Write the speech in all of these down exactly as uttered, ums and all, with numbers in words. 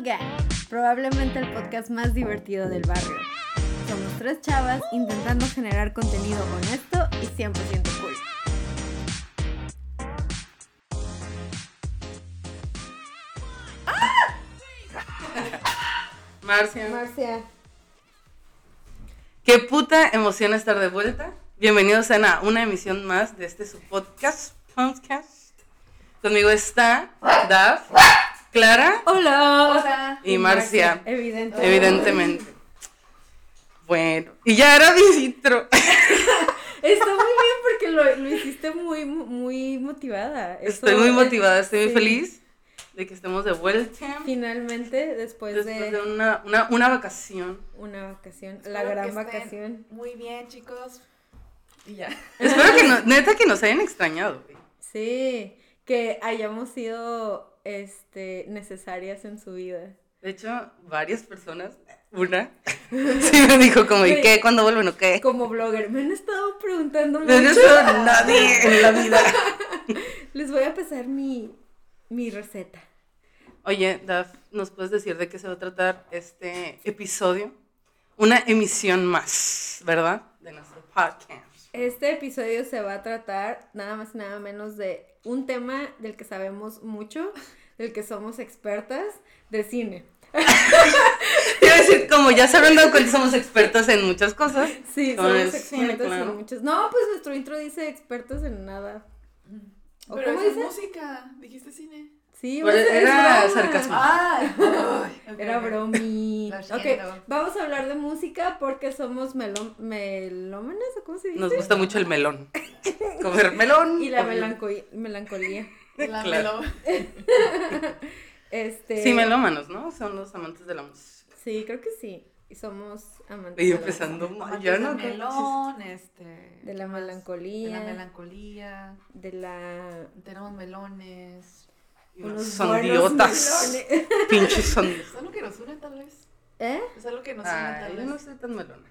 Gang, probablemente el podcast más divertido del barrio. Somos tres chavas intentando generar contenido honesto y cien por ciento cool. Marcia. Marcia. Qué puta emoción estar de vuelta. Bienvenidos a una emisión más de este su podcast. podcast. Conmigo está Daf, Clara. Hola. Hola. Y Marcia. Evidentemente. Evidentemente. Bueno, y ya era visitro. Está muy bien porque lo, lo hiciste muy, muy motivada. Eso Estoy muy es- motivada, estoy sí. muy feliz de que estemos de vuelta. Finalmente, después, Después de, de una, una, una vacación. una vacación, Espero la gran que estén vacación. Muy bien, chicos. Y ya. Espero que no, neta que nos hayan extrañado, güey. Sí, que hayamos sido este, necesarias en su vida. De hecho, varias personas, una, sí me dijo como, ¿y qué? ¿Cuándo vuelven o qué? Como blogger, me han estado preguntando No mucho. es nadie en la vida. Les voy a pasar mi, mi receta. Oye, Daf, ¿nos puedes decir de qué se va a tratar este episodio? Una emisión más, ¿verdad? De nuestro podcast. Este episodio se va a tratar nada más y nada menos de un tema del que sabemos mucho, del que somos expertas, de cine. Quiero decir, como ya se habrán dado cuenta, somos expertos en muchas cosas. Sí, Como somos el cine, expertas claro. en muchos. No, pues nuestro intro dice expertos en nada. ¿O Pero cómo esa es dice? música. Dijiste cine. Sí, Pero pues, es era broma. sarcasmo. Ay. ay, ok, Era ok. bromi. Lo Ok, siento. vamos a hablar de música porque somos meló- melómanas, ¿o cómo se dice? Nos gusta mucho el melón. Comer melón. Y la o- melancolía. melancolía. La Claro. melo- Este. Sí, melómanos, ¿no? Son los amantes de la música. Sí, creo que sí. Y somos amantes Y de la empezando música. mal, Amantes ya del no. melón, este. De la ¿qué más? melancolía. De la melancolía. De la. Tenemos melones. Unos Son buenos idiotas. melones. Pinches son. Es algo que nos une, tal vez. ¿Eh? Es algo que nos une, Ay, tal yo vez. no soy tan melona.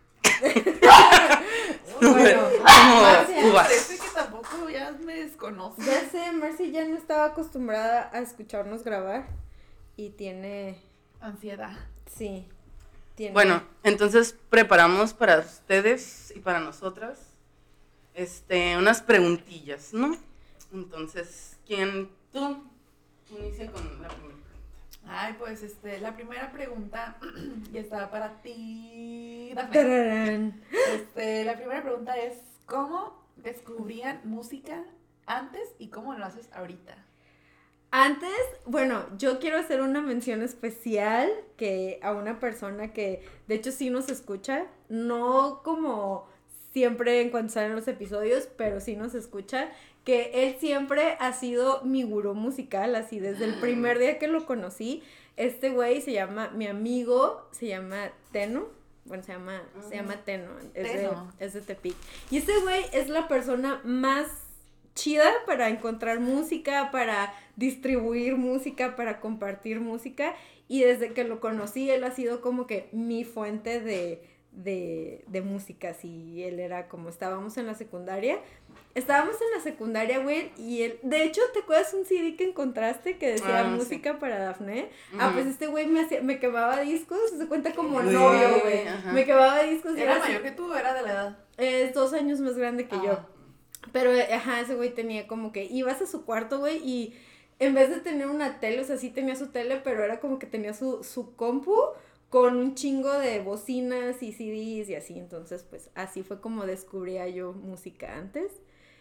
Bueno, Como Marcia, uvas. Parece que tampoco ya me desconoce. ya sé, Marcy ya no estaba acostumbrada a escucharnos grabar. Y tiene. Ansiedad. Sí. Tiene. Bueno, entonces preparamos para ustedes y para nosotras este, unas preguntillas, ¿no? Entonces, ¿quién? Tú inicia con la primera pregunta. Ay, pues este, la primera pregunta ya estaba para ti, Dafne. Tararán. Este, la primera pregunta es, ¿cómo descubrían música antes y cómo lo haces ahorita? Antes, bueno, yo quiero hacer una mención especial que a una persona que de hecho sí nos escucha, no como siempre en cuanto salen los episodios, pero sí nos escucha, que él siempre ha sido mi gurú musical, así desde el primer día que lo conocí. Este güey se llama, mi amigo se llama Teno. Bueno, se llama, se llama Teno, es de, Teno. es de Tepic. Y este güey es la persona más chida para encontrar música, para distribuir música, para compartir música. Y desde que lo conocí, él ha sido como que mi fuente de, de, de música. Así, él era como, estábamos en la secundaria. Estábamos en la secundaria, güey, y él, de hecho, ¿te acuerdas un C D que encontraste que decía Ah, música para Dafne? Ujú. Ah, pues este güey me hacía, me quemaba discos, se cuenta como Güey, novio, güey. ajá. Me quemaba discos y ¿Era era así- mayor que tú o era de la edad? es dos años más grande que Ah. yo. Pero, eh, ajá, ese güey tenía como que, ibas a su cuarto, güey, y en vez de tener una tele, o sea, sí tenía su tele, pero era como que tenía su, su compu con un chingo de bocinas y C Ds y así. Entonces, pues, así fue como descubría yo música antes.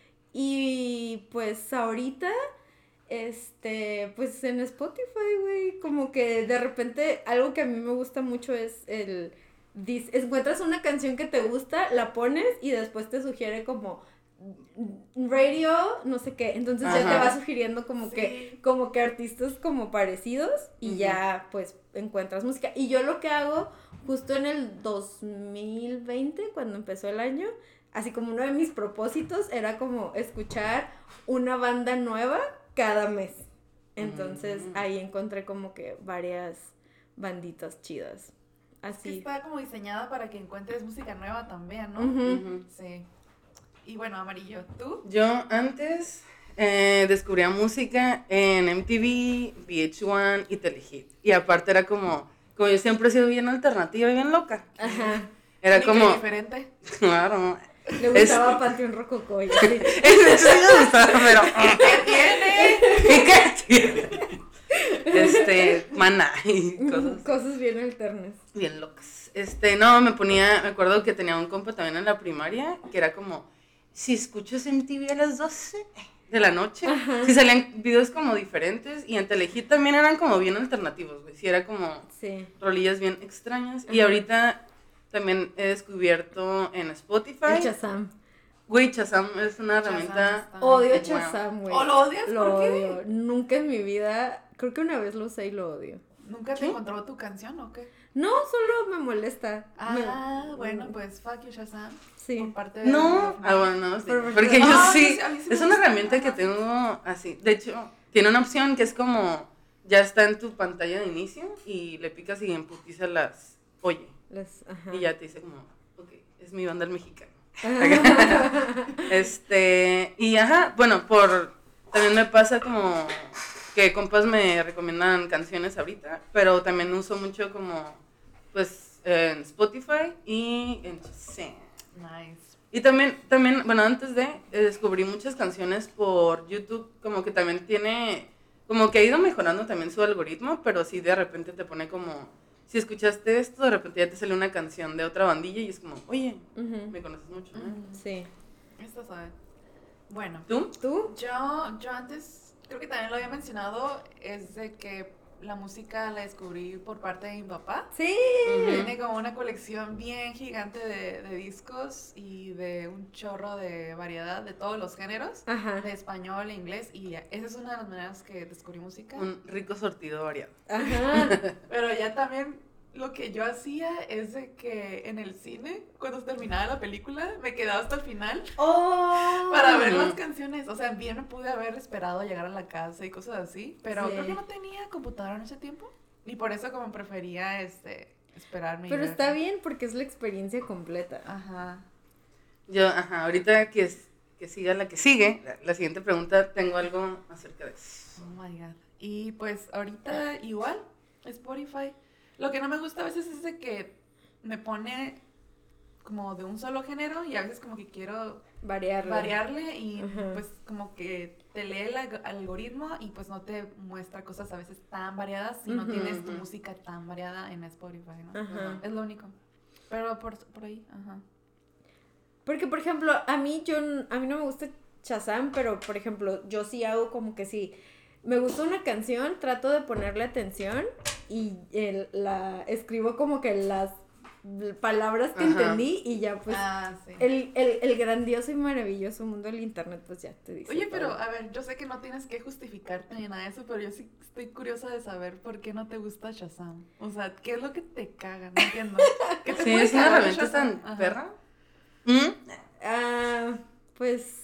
Y, pues, ahorita, este, pues, en Spotify, güey, como que de repente, algo que a mí me gusta mucho es el... dis- encuentras una canción que te gusta, la pones y después te sugiere como radio, no sé qué, entonces ya te Ajá. va sugiriendo como Sí. que como que artistas como parecidos y Ujú. ya pues encuentras música. Y yo lo que hago justo en el dos mil veinte, cuando empezó el año, así como uno de mis propósitos era como escuchar una banda nueva cada mes. Entonces Mm. ahí encontré como que varias banditas chidas. Es que Así. está como diseñada para que encuentres música nueva también, ¿no? Ujú. Ujú. Sí. Y bueno, Amarillo, ¿tú? Yo antes, eh, descubría música en M T V, V H uno y Telehit. Y aparte era como, como yo siempre he sido bien alternativa y bien loca. Ajá. Era Única y como, diferente. claro. Le gustaba Panteón Rococó. y así. Eso sí me gustaba, pero... ¿Qué tiene? ¿Y qué tiene? Este, Maná y cosas Cosas bien alternas. bien locas. Este, no, me ponía, me acuerdo que tenía un compa también en la primaria, que era como, si escuchas M T V a las doce de la noche, Ajá. si salían videos como diferentes, y en Telehit también eran como bien alternativos, güey, sí, era como Sí. rolillas bien extrañas, y Ajá. ahorita también he descubierto en Spotify, El Shazam. güey, Shazam es una Shazam herramienta, está- Odio Wow. Shazam, güey. ¿O lo odias? Lo ¿Por qué? odio. Nunca en mi vida. Creo que una vez lo usé y lo odio. ¿Nunca te ¿Qué? encontró tu canción o qué? No, solo me molesta. Ah, Me- bueno, pues fuck you, Shazam. Sí. Por parte de... no, ah, bueno, no, sí, Pero- porque yo Ah, sí, sí, a mí sí me es una gusta. herramienta que Ajá. tengo así, de hecho, tiene una opción que es como, ya está en tu pantalla de inicio, y le picas y en putiza las oye, Las- ajá. y ya te dice como, ok, es mi banda el mexicano. Ajá. Este, y ajá, bueno, por, también me pasa como que compas me recomiendan canciones ahorita, pero también uso mucho como, pues, en Spotify y en Shazam. Nice. Y también, también, bueno, antes de, eh, descubrí muchas canciones por YouTube, como que también tiene, como que ha ido mejorando también su algoritmo, pero sí de repente te pone como, si escuchaste esto, de repente ya te sale una canción de otra bandilla y es como, oye, Ujú. me conoces mucho, ¿no? Mm, Sí. Esto sabe. Bueno, ¿Tú? ¿Tú? yo, yo antes, creo que también lo había mencionado, es de que la música la descubrí por parte de mi papá. Sí. Ujú. Tiene como una colección bien gigante de, de discos y de un chorro de variedad de todos los géneros, Ajá. de español e inglés, y esa es una de las maneras que descubrí música. Un rico sortido variado. Ajá. Pero ya también lo que yo hacía es de que en el cine, cuando terminaba la película, me quedaba hasta el final Oh. para ver Ujú. las canciones. O sea, bien me pude haber esperado a llegar a la casa y cosas así, pero Sí. creo que no tenía computadora en ese tiempo y por eso como prefería este esperarme. y Pero ver. está bien porque es la experiencia completa. Ajá. Yo, ajá, ahorita que, es- que siga la que sigue, la, la siguiente pregunta, tengo algo acerca de eso. Oh my god. Y pues ahorita igual, Spotify. Lo que no me gusta a veces es de que me pone como de un solo género y a veces como que quiero Variarle. variarle y Ajá. pues como que te lee el alg- algoritmo y pues no te muestra cosas a veces tan variadas si no Ujú, tienes tu ujú. música tan variada en Spotify, ¿no? Ajá. Es lo único. Pero por, por ahí, ajá. Porque, por ejemplo, a mí yo n- a mí no me gusta Shazam, pero por ejemplo, yo sí hago como que sí. Me gusta una canción, trato de ponerle atención y el- la escribo como que las l- palabras que Ajá. entendí y ya pues Ah, sí. el, el, el grandioso y maravilloso mundo del internet pues ya te dice Oye, pero todo. a ver, yo sé que no tienes que justificarte ni nada de eso, pero yo sí estoy curiosa de saber por qué no te gusta Shazam. O sea, ¿qué es lo que te caga? No entiendo. ¿Qué te Sí, puede es una cagar de herramienta Shazam? tan Ajá. perra. ¿Mm? Ah, pues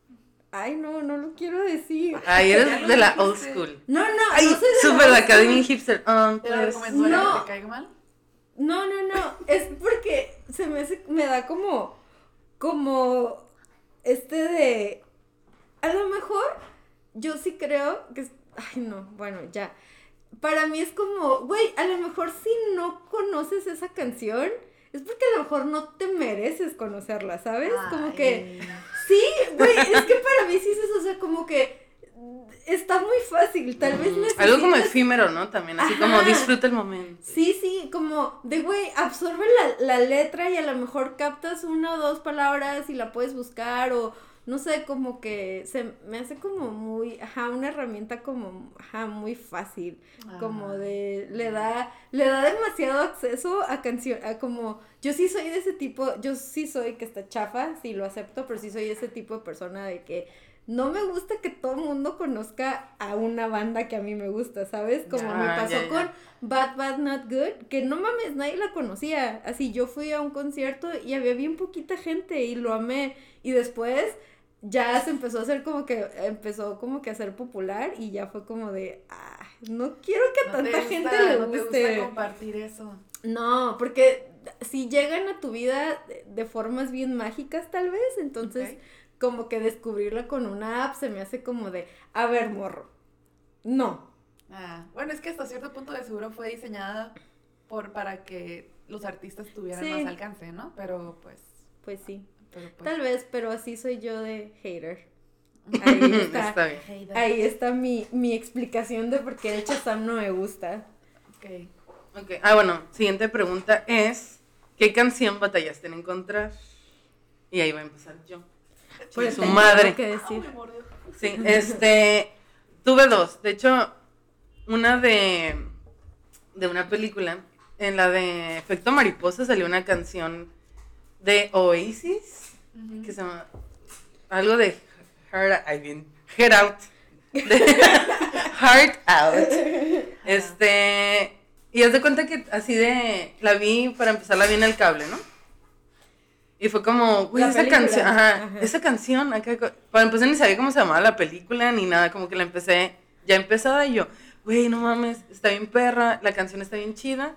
ay no, no lo quiero decir. Ay, Ya eres lo de la old dijiste. school. No, no, Ay, no soy de la super old academia school. hipster. Ah, ¿Te la pues, recomendaría no. que te caiga mal? No, no, no, es porque se me hace, me da como, como, este de, a lo mejor, yo sí creo que, es- ay no, bueno, ya, para mí es como, güey, a lo mejor si no conoces esa canción, es porque a lo mejor no te mereces conocerla, ¿sabes? Como que, Ay. sí, güey, es que para mí sí es eso, o sea, como que está muy fácil, tal vez mm, necesitas... algo como efímero, ¿no? También, así como Ajá. disfruta el momento. Sí, sí, como de, güey, absorbe la, la letra y a lo mejor captas una o dos palabras y la puedes buscar o no sé, como que se me hace como muy, ajá, una herramienta como, ajá, muy fácil, como Ay. de, le da, le da demasiado acceso a canción, a como, yo sí soy de ese tipo, yo sí soy que está chafa, sí lo acepto, pero sí soy ese tipo de persona de que no me gusta que todo el mundo conozca a una banda que a mí me gusta, ¿sabes? Como Ya, me pasó ya, ya. con Bad Bad Not Good, que no mames, nadie la conocía. Así yo fui a un concierto y había bien poquita gente y lo amé. Y después ya se empezó a hacer como que, empezó como que a ser popular y ya fue como de, ah, no quiero que a No te tanta gusta- gente le no te guste. gusta compartir eso. No, porque si llegan a tu vida de, de formas bien mágicas tal vez, entonces... Ok. como que descubrirla con una app se me hace como de, a ver, morro, no. Ah, bueno, es que hasta cierto punto de seguro fue diseñada por para que los artistas tuvieran Sí. más alcance, ¿no? Pero pues... Pues sí, Pero, pues tal vez, pero así soy yo de hater. Ahí está, Está bien. Hater. ahí está mi, mi explicación de por qué el Shazam no me gusta. Ok. Ok, ah, bueno, siguiente pregunta es, ¿qué canción batallaste en encontrar? Y ahí va a empezar yo. Por su el madre. que Ah, decir. me mordió. Sí, este, tuve dos. De hecho, una de, de una película, en la de Efecto Mariposa salió una canción de Oasis, Ujú. que se llama algo de Heart, ay, bien, Head Out. De Heart Out. Este, y haz de cuenta que así de, la vi, para empezar la vi en el cable, ¿no? Y fue como, güey, La esa película, canción, ajá, ajá. esa canción, acá, co- para empezar ni sabía cómo se llamaba la película, ni nada, como que la empecé, ya empezaba y yo, güey, no mames, está bien perra, la canción está bien chida,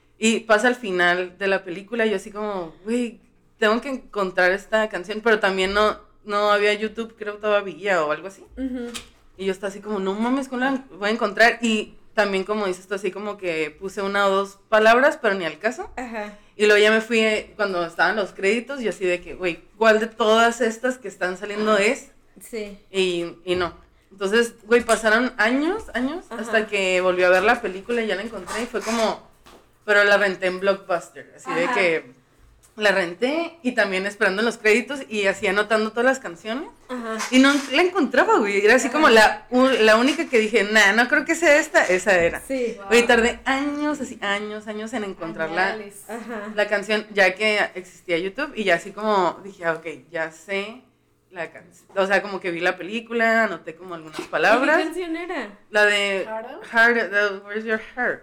y pasa al final de la película, y yo así como, güey, tengo que encontrar esta canción, pero también no, no había YouTube, creo todavía, o algo así, Ujú. y yo estaba así como, no mames, ¿cómo la voy a encontrar? Y también, como dices tú, así como que puse una o dos palabras, pero ni al caso. Ajá. Y luego ya me fui, eh, cuando estaban los créditos, yo así de que, güey, ¿cuál de todas estas que están saliendo es? Sí. Y, y no. Entonces, güey, pasaron años, años, Ajá. hasta que volví a ver la película y ya la encontré y fue como, pero la renté en Blockbuster, así de Ajá. que la renté y también esperando los créditos y así anotando todas las canciones. Ajá. Y no la encontraba, güey, era así como la, u- la única que dije, nah, no creo que sea esta, esa era. Sí. Güey, tardé años, así, años, años en encontrarla. Añales. Ajá. La canción, ya que existía YouTube, y ya así como dije, ah, ok, ya sé la canción. O sea, como que vi la película, anoté como algunas ¿Y qué palabras. canción era? La de ¿Heart Out? Heart, the- Where's Your Heart?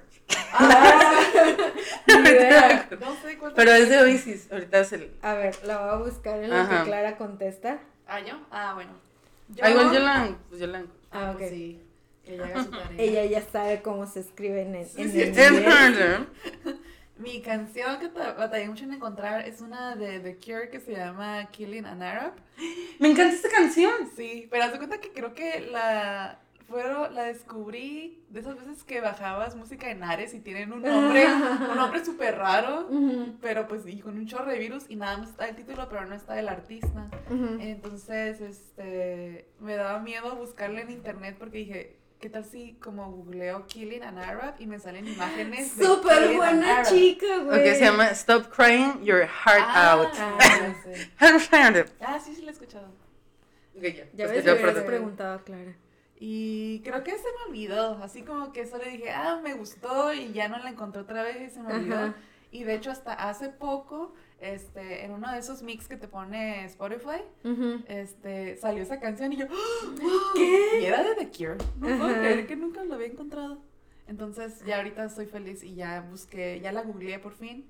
Ah, ni idea. No sé cuál. Pero es de Oasis, ahorita es el... A ver, la voy a buscar en lo Ajá. que Clara contesta. Ah, ¿yo? Ah, bueno. Yo... Ah, igual yo la... Pues yo la... Ah, ok. Pues sí. Que ella haga su tarea. Ella ya sabe cómo se escribe en el, en sí, el sí. Es nivel. harder. Mi canción que ta- batallé mucho en encontrar es una de The Cure que se llama Killing an Arab. Me encanta esta canción. Sí, pero haz de cuenta que creo que la fueron, la descubrí de esas veces que bajabas música en Ares y tienen un nombre, un nombre súper raro, Ujú, pero pues y con un chorro de virus y nada más está el título, pero no está el artista. ujú. Entonces, este, me daba miedo buscarla en internet porque dije, ¿qué tal si como googleo Killing an Arab y me salen imágenes de Súper Killing an buena Arab? chica, güey. Ok, se llama Stop Crying Your Heart Ah, Out. ah, ya sé. Heart Ah, sí, sí la he escuchado. Ok, ya. Ya Pues ves, que le ya, hubieras perdón. preguntado a Clara. Y creo que se me olvidó, así como que solo dije, ah, me gustó y ya no la encontré otra vez y se me olvidó. Ajá. Y de hecho hasta hace poco, este, en uno de esos mix que te pone Spotify, Ujú. este, salió esa canción y yo, ¿Qué? Y era de The Cure. No puedo Ajá. creer que nunca lo había encontrado. Entonces ya ahorita estoy feliz y ya busqué, ya la googleé por fin.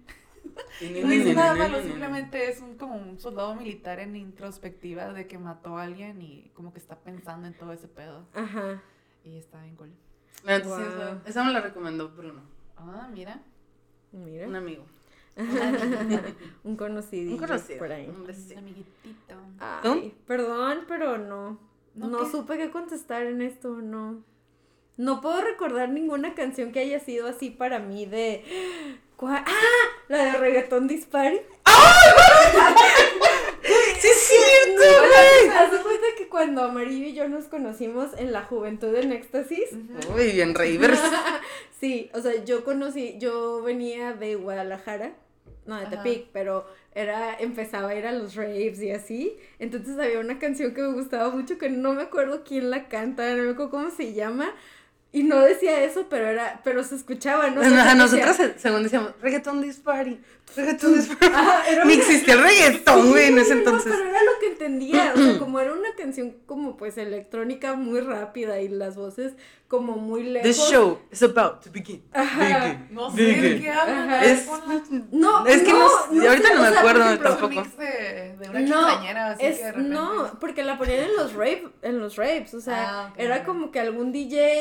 Y no dice nada malo, simplemente es un, como un soldado militar en introspectiva de que mató a alguien y como que está pensando en todo ese pedo. Ajá. Y está bien cool. La neta sí, Wow. esa- esa me la recomendó Bruno, Ah, mira. Mira. un amigo. Un conocidillo Un conocido. por ahí. Un Un besito. amiguitito. Ay, perdón, pero no. ¿No No qué? supe qué contestar en esto, no. No puedo recordar ninguna canción que haya sido así para mí de... ¿Cuál? ¡Ah! La de Reggaetón Dispari. ¡Sí es cierto, Oye, ¿te das cuenta que cuando Amarillo y yo nos conocimos en la juventud en éxtasis? Uy, bien ravers. Sí, o sea, yo conocí, yo venía de Guadalajara, no, de Ajá. Tepic, pero era, empezaba a ir a los raves y así, entonces había una canción que me gustaba mucho que no me acuerdo quién la canta, no me acuerdo cómo se llama, y no decía eso, pero era, pero se escuchaba, ¿no? O sea, A decía- nosotros, se- según decíamos, reggaeton dispari, reggaeton dispari. Ajá, era Ni una- existía el reggaetón, güey, en Sí, ese no, entonces. pero era lo que entendía, o sea, como era una canción como pues electrónica muy rápida y las voces como muy lejos. This show is about to begin. Ajá. Begin. No sé de begin. qué hablan. Ajá. a ver, Es, ponla. No, es que no, no, no ahorita sé, no o me sea, acuerdo por ejemplo, Es un tampoco. mix de, de una No, quinceañera, así es, que de repente... no, porque la ponían en los rave, en los rapes, o sea, Ah, ok. era como que algún D J, a lo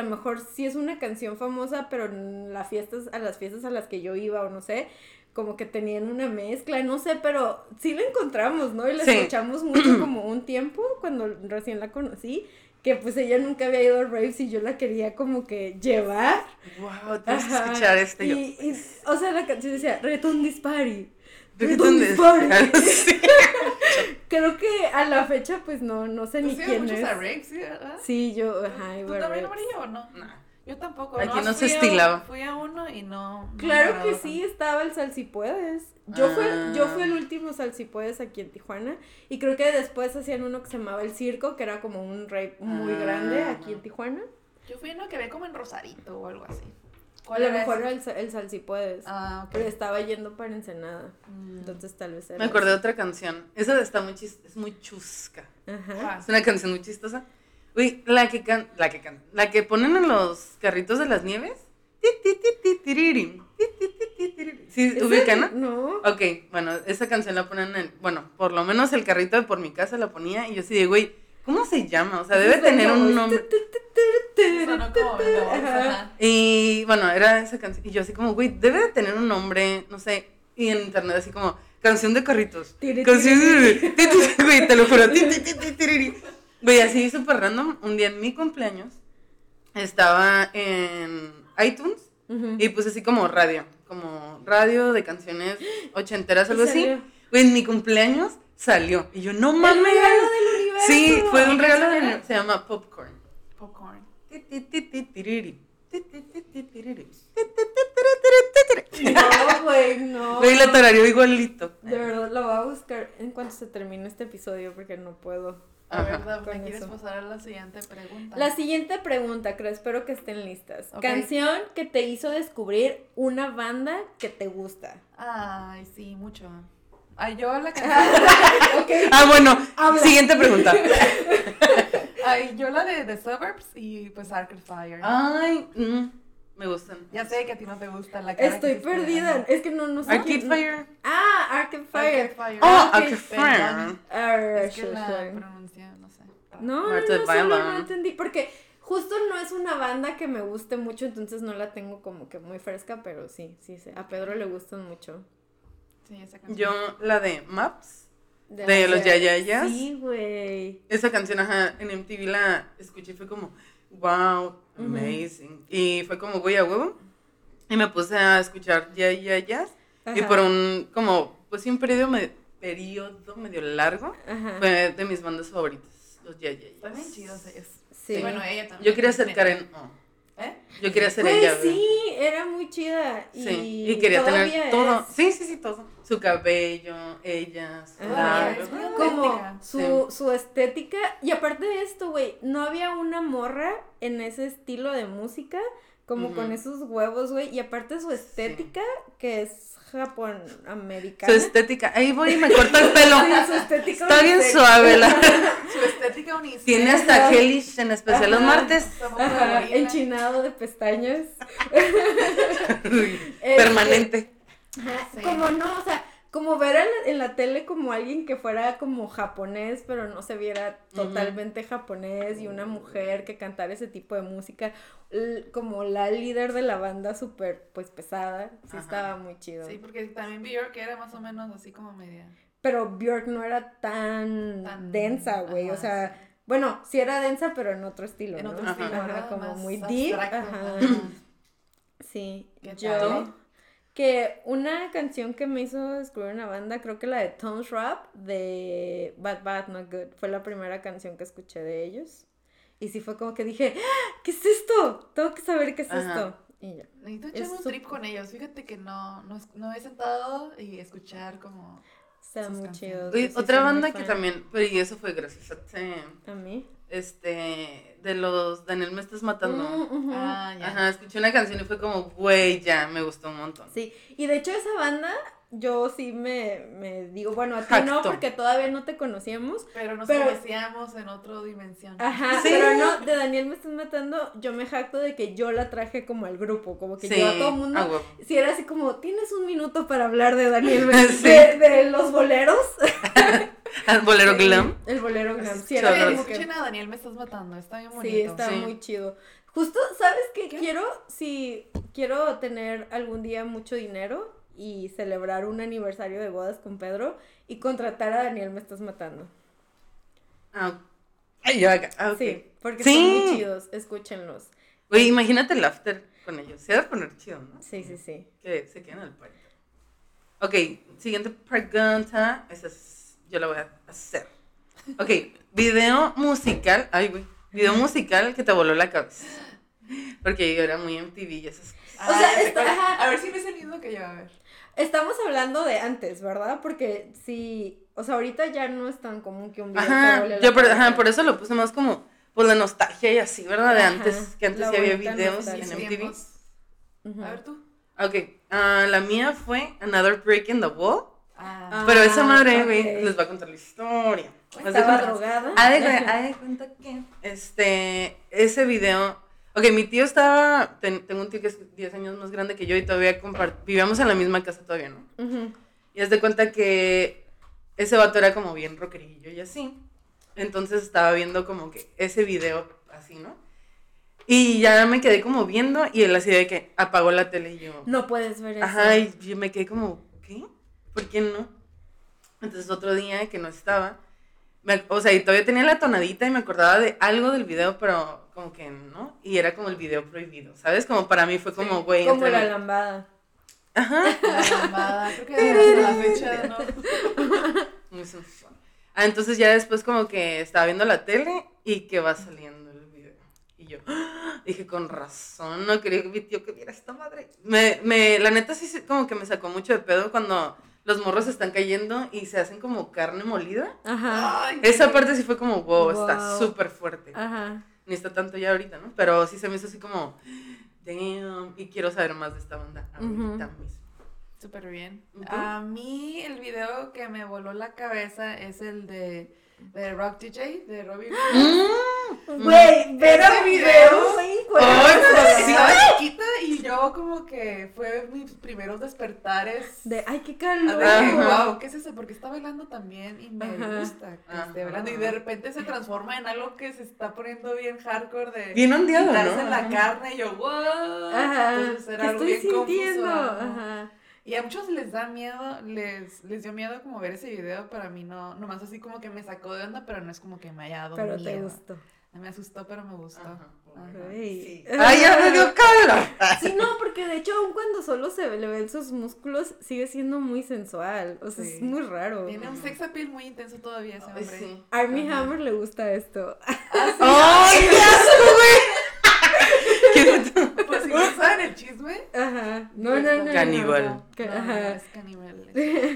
mejor sí es una canción famosa, pero en las fiestas, a las fiestas a las que yo iba o no sé, como que tenían una mezcla, no sé, pero sí la encontramos, ¿no? Y la sí. escuchamos mucho como un tiempo cuando recién la conocí, que pues ella nunca había ido a raves y yo la quería como que llevar. Wow, tienes que escuchar este. Y, yo. y, o sea, la canción decía, Reggaeton Dispari. Reggaeton Dispari. Sí. Creo que a la fecha pues no, no sé ni sí quién muchos es. a raves, ¿sí, verdad? Sí, yo, ajá, ¿Tú iba a también, raves. amarillo o no? No. Yo tampoco. Aquí no no se fui a- estilaba. Fui a uno y no. no Claro me que agradó sí, tanto. estaba el Salsipuedes. Yo Ah. fui, yo fui el último Salsipuedes aquí en Tijuana. Y creo que después hacían uno que se llamaba El Circo, que era como un rave muy Ah. grande aquí en Tijuana. Yo fui a uno que ve como en Rosarito o algo así. A ¿Cuál lo era mejor ese? era el, sa- el Salsipuedes. Ah, ok. Pero estaba yendo para Ensenada. Mm. Entonces tal vez era. Me acordé de ese. otra canción. Esa está muy chis es muy chusca. Ajá. ¿Cuál? Es una canción muy chistosa. Uy, la que can la que can la que ponen en los carritos de las nieves. Ti, ti, ti, ti, tiririm. Ti, ti, ti, ti, tiririm. ¿Sí ¿Ese? ubican, no? No. Ok, bueno, esa canción la ponen en, bueno, por lo menos el carrito de por mi casa la ponía y yo así de, güey, ¿cómo se llama? O sea, debe tener un nombre. Sonó como mi voz, Ajá. ajá. Y bueno, era esa canción. Y yo así como, güey, debe de tener un nombre, no sé. Y en internet así como, canción de carritos. Tiri, Canción de... tiri. ti, ti, güey, te lo juro. Ti, ti, ti, ti, tiriri. Güey, así súper random. Un día en mi cumpleaños estaba en iTunes Ujú. y puse así como radio. Como radio de canciones ochenteras, algo Y así. salió. Güey, en mi cumpleaños salió. Y yo, no ¡El mames. regalo del universo! Sí, fue un ¿Qué regalo canción de... era? Se llama Popcorn. Popcorn. Ti, ti, ti, ti, tiriri. Ti, ti, ti, ti, tiriri. No, güey, no. Güey, la tarareó igualito. De verdad, lo voy a buscar en cuanto se termine este episodio porque no puedo. A ver, Ajá. Dafne, Con ¿quieres eso. pasar a la siguiente pregunta? La siguiente pregunta, creo, espero que estén listas. Ok. Canción que te hizo descubrir una banda que te gusta. Ay, sí, mucho. Ay, yo la canción. Ok. Ah, bueno, Habla. siguiente pregunta. Ay, yo la de The Suburbs y pues Arcade Fire. Ay, mm, me gustan. Ya sé que a ti no te gusta la cara Estoy que hiciste, perdida. ajá. Es que no, no sé. Arcade quién- Fire. Ah, Arcade Fire. Arcade Fire. Oh, Ah, ok. Arcade Fire. Perdón. Ah, Es que sure, la sure. pronuncia, no sé. No, no, Marta no, solo no Bailon. entendí, porque justo no es una banda que me guste mucho, entonces no la tengo como que muy fresca, pero sí, sí, sí, a Pedro le gustan mucho. Sí, esa canción. Yo, la de Maps. De las los ya- Yayayas. Sí, güey. Esa canción, ajá, en M T V la escuché y fue como, wow, amazing. Y fue como, güey, a huevo. Y me puse a escuchar Yayayas. Y Ajá. por un, como, pues sí, un periodo, me- periodo medio largo, Ajá. fue de mis bandas favoritas, los Yayayas. Están bien chidos ellos. Sí. Bueno, ella también. Yo quería ser Karen O. ¿Eh? Yo quería ser Pues ella, güey. sí, era muy chida. Y, Sí, y quería todavía tener todo. es. Sí, sí, sí, todo. Su cabello, ella, su Ajá. es muy labio. Como auténtica. su, su estética. Y aparte de esto, güey, no había una morra en ese estilo de música, como Ujú. con esos huevos, güey. Y aparte su estética, que es Su japón-americana. estética. Ahí voy y me corto el pelo. Sí, su estética Está bien unisex. suave. La... Su estética unisex. Tiene hasta Hellish, en especial los Ajá. martes. Somos Ajá, una gorila. enchinado de pestañas. Permanente. Ajá, Sí. como no, o sea, como ver en la, en la tele como alguien que fuera como japonés, pero no se viera totalmente japonés, y una mujer que cantara ese tipo de música, l- como la líder de la banda súper, pues, pesada, sí Ajá. estaba muy chido. Sí, porque también Björk era más o menos así como media. Pero Björk no era tan, Tan- densa, güey, o ajá, sea, sí. bueno, sí era densa, pero en otro estilo, En ¿no? otro Ajá. estilo, Ajá, ¿verdad? como Más muy deep, abstracto, ajá. ajá. Sí, ¿Qué yo, tal? que una canción que me hizo descubrir una banda, creo que la de Tones Rap, de Bad Bad Not Good, fue la primera canción que escuché de ellos, y sí fue como que dije, ¡ah! ¿Qué es esto? Tengo que saber qué es Ajá. esto, y ya. Necesito Es echarme un súper- trip con ellos. Fíjate que no, no, es- no he sentado y escuchar como. Está Sus muy canciones. chido. Oye, yo sí otra soy muy banda que fan. también, pero y eso fue gracias a este, A mí. este, de los Daniel me estás matando. Mm, ujú. Ah, ya. Ajá, escuché una canción y fue como, güey, ya, me gustó un montón. Sí, y de hecho esa banda, yo sí me, me digo, bueno, a ti no, Jacto. porque todavía no te conocíamos. Pero nos Pero- conocíamos en otra dimensión. Ajá, Sí. pero no, de Daniel me estás matando, yo me jacto de que yo la traje como al grupo, como que yo a todo mundo, a huevo. si era así como, tienes un minuto para hablar de Daniel, Sí. de, de los boleros. Al bolero glam. El bolero glam, sí, Sí, era Oye, como que... escuchen a Daniel, me estás matando. Está bien bonito. Sí, está Sí. muy chido. Justo, ¿sabes qué? ¿Qué? Quiero, si quiero tener algún día mucho dinero y celebrar un aniversario de bodas con Pedro y contratar a Daniel Me Estás Matando. Ah, ay, yo acá. Ah, ok. Sí, porque Sí. son muy chidos, escúchenlos. Güey, imagínate el after con ellos. Se va a poner chido, ¿no? Sí, sí, sí. Que se queden al party. Ok, siguiente pregunta. Esa es, yo la voy a hacer. Ok, video musical. Ay, güey. Video musical que te voló la cabeza. Porque yo era muy M T V y esas cosas. O sea, Ah, ya sé está- cuál. ajá. A ver si no es el mismo que yo, a ver. Estamos hablando de antes, ¿verdad? Porque sí, o sea, ahorita ya no es tan común que un video te Ajá, vuele la yo por, cabeza. ajá, por eso lo puse más como por la nostalgia y así, ¿verdad? De Ajá, antes, que antes la sí había bonita videos nostalgia. en Mis M T V. tiempos. Ujú. A ver tú. Ok, ah, la mía fue Another Break in the Wall. Ah. Pero esa madre, ok. güey, les va a contar la historia. Haz de Estaba cuenta- drogada. haz de cuen- haz de cuenta que, este, ese video, ok, mi tío estaba, ten- tengo un tío que es diez años más grande que yo y todavía compart- vivíamos en la misma casa todavía, ¿no? Ujú. Y haz de cuenta que ese vato era como bien rockerillo y así. Entonces estaba viendo como que ese video así, ¿no? Y ya me quedé como viendo y él así de que apagó la tele y yo... No puedes ver eso. Ajá, y yo me quedé como, ¿qué? ¿Por qué no? Entonces otro día que no estaba, me- o sea, y todavía tenía la tonadita y me acordaba de algo del video, pero como que no, y era como el video prohibido, ¿sabes? Como para mí fue como, Sí, güey, Como entre- la lambada. Ajá, La lambada, creo que hasta la fecha, ¿no? muy sensual. Ah, entonces ya después como que estaba viendo la tele y que va saliendo el video. Y yo ¡ah! Dije, con razón, no quería que mi tío que viera esta madre. Me, me, la neta sí se- como que me sacó mucho de pedo cuando los morros están cayendo y se hacen como carne molida. Ajá. Ay, Esa sí. parte sí fue como, wow, está Wow. súper fuerte. Ajá. Ni está tanto ya ahorita, ¿no? Pero sí se me hizo así como, damn, y quiero saber más de esta banda ahorita mismo. Súper bien. ¿Y tú? A mí el video que me voló la cabeza es el de, de Rock D J, de Robbie Williams. Güey, ver Ese a video- video muy Ay, encuerada. sí. Estaba chiquita y yo como que fue mis primeros despertares. De, ay, qué de calor. que, Ajá. wow, ¿qué es eso? Porque está bailando también y me Ajá. gusta que Ajá. esté bailando. Y de repente se transforma en algo que se está poniendo bien hardcore de Bien ondeado, quitarse ¿no? la Ajá. carne y yo, wow. Ajá. Entonces ¿Qué era algo estoy bien sintiendo? confuso. ajá. Ajá. Y a muchos les da miedo, les, les dio miedo como ver ese video, para mí no, nomás así como que me sacó de onda, pero no es como que me haya dado Pero miedo. te gustó. Me asustó, pero me gustó. Ajá. Ajá. Ay. Sí. Ay, ya me dio calor. Sí, no, porque de hecho, aun cuando solo se le ven sus músculos, sigue siendo muy sensual. O sea, Sí. es muy raro. Tiene un sex appeal muy intenso todavía ese Ay, hombre. sí. Armie Ajá. Hammer le gusta esto. ¡Ay, qué asco, güey! ¿Qué- Pues si no saben el chisme. Ajá. No, no, no, no. Caníbal. No, Ca- no, ajá. es caníbal.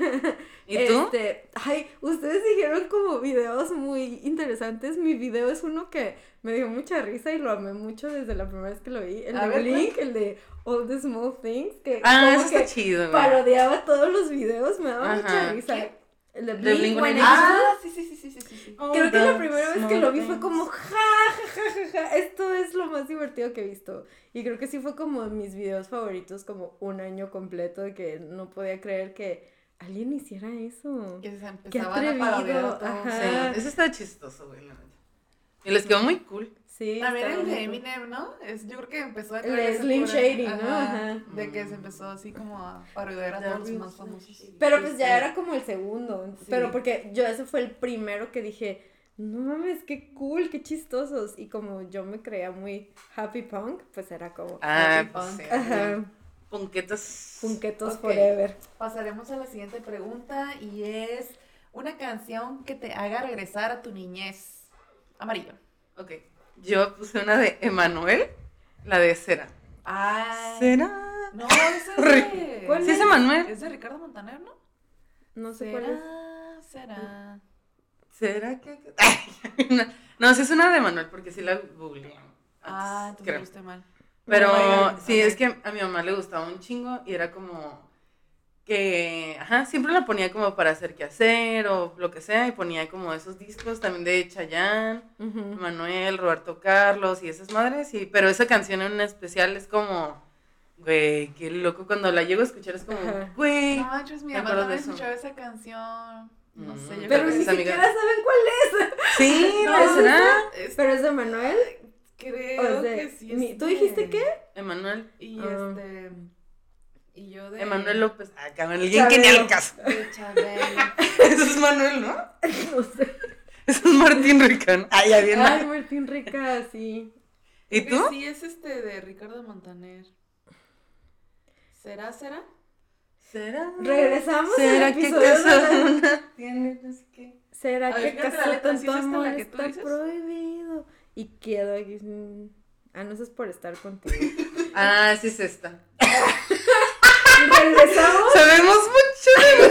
¿Y tú? Este, ay, ustedes dijeron como videos muy interesantes. Mi video es uno que me dio mucha risa y lo amé mucho desde la primera vez que lo vi. El A de ver, Blink, el de All the Small Things, que Ah, como eso que está chido, güey. parodiaba todos los videos, me daba Ajá. mucha risa. ¿Quién? El de De Blink, Blink Blink one eighty-two. Ah, sí, sí, sí, sí, sí, sí, sí. Creo que la primera vez que lo vi fue como ja, ja, ja, ja, ja, esto es lo más divertido que he visto. Y creo que sí fue como de mis videos favoritos como un año completo de que no podía creer que alguien hiciera eso. Que se Qué empezaban a atrevido, parodiar a todos. ajá. Sí, eso está chistoso, güey, la neta. Y les quedó muy cool. Sí, También estaba el de muy cool. Eminem, ¿no? Es, yo creo que empezó a El entrar de ese Slim puro- Shady, ¿no? Ajá. De que se empezó así como a parodiar a todos los más famosos. Pero pues ya era como el segundo. Sí. Pero porque yo ese fue el primero que dije, no mames, qué cool, qué chistosos. Y como yo me creía muy happy punk, pues era como Ah, Happy pues Punk. sí. ajá, Punquetas. punquetos Ok. forever. Pasaremos a la siguiente pregunta y es una canción que te haga regresar a tu niñez. Amarillo. Ok. Yo puse una de Emanuel, la de Cera. Ay. ¿Será? No, esa es de... ¿Cuál Sí, es Emanuel. Es de Ricardo Montaner, ¿no? No sé cuál es. Será, será. ¿Será que...? Ay, no, no, sí es una de Emanuel, porque sí la googleé. Ah, antes, entonces creo. lo viste mal. Pero No, sí, ajá. es que a mi mamá le gustaba un chingo y era como que, ajá, siempre la ponía como para hacer quehacer o lo que sea y ponía como esos discos también de Chayanne, Ujú. Manuel, Roberto Carlos y esas madres, y, pero esa canción en especial es como, güey, qué loco, cuando la llego a escuchar es como, Ajá. güey. No manches, mi ¿te mamá acuerdas también de eso? escuchaba esa canción. No Mm, sé, yo Pero creo ni que esa amiga- siquiera saben cuál es. Sí, No, ¿la será? es Pero es de Manuel. Creo O sea, que sí. mi- es ¿tú de- dijiste qué? Emanuel. Y Ah. este. Y yo de. Emanuel López. Ah, cabrón, alguien que ni al caso. De Chabelo. Eso es Manuel, ¿no? No sé. Eso es Martín Ricano. Ah, ya viene. Ay, Martín Rica, sí. ¿Y Creo que tú? Sí, es este de Ricardo Montaner. ¿Será, será? ¿Será? Regresamos ¿Será al que episodio de la- Casona tiene no sé qué? ¿Será A que ver, fíjate la casar letra, ¿sí tanto es esta amor la que tú está dices? prohibido? Y quedo aquí. mm, Ah, no, eso es por estar contigo. Ah, sí es esta. Regresamos. Sabemos mucho de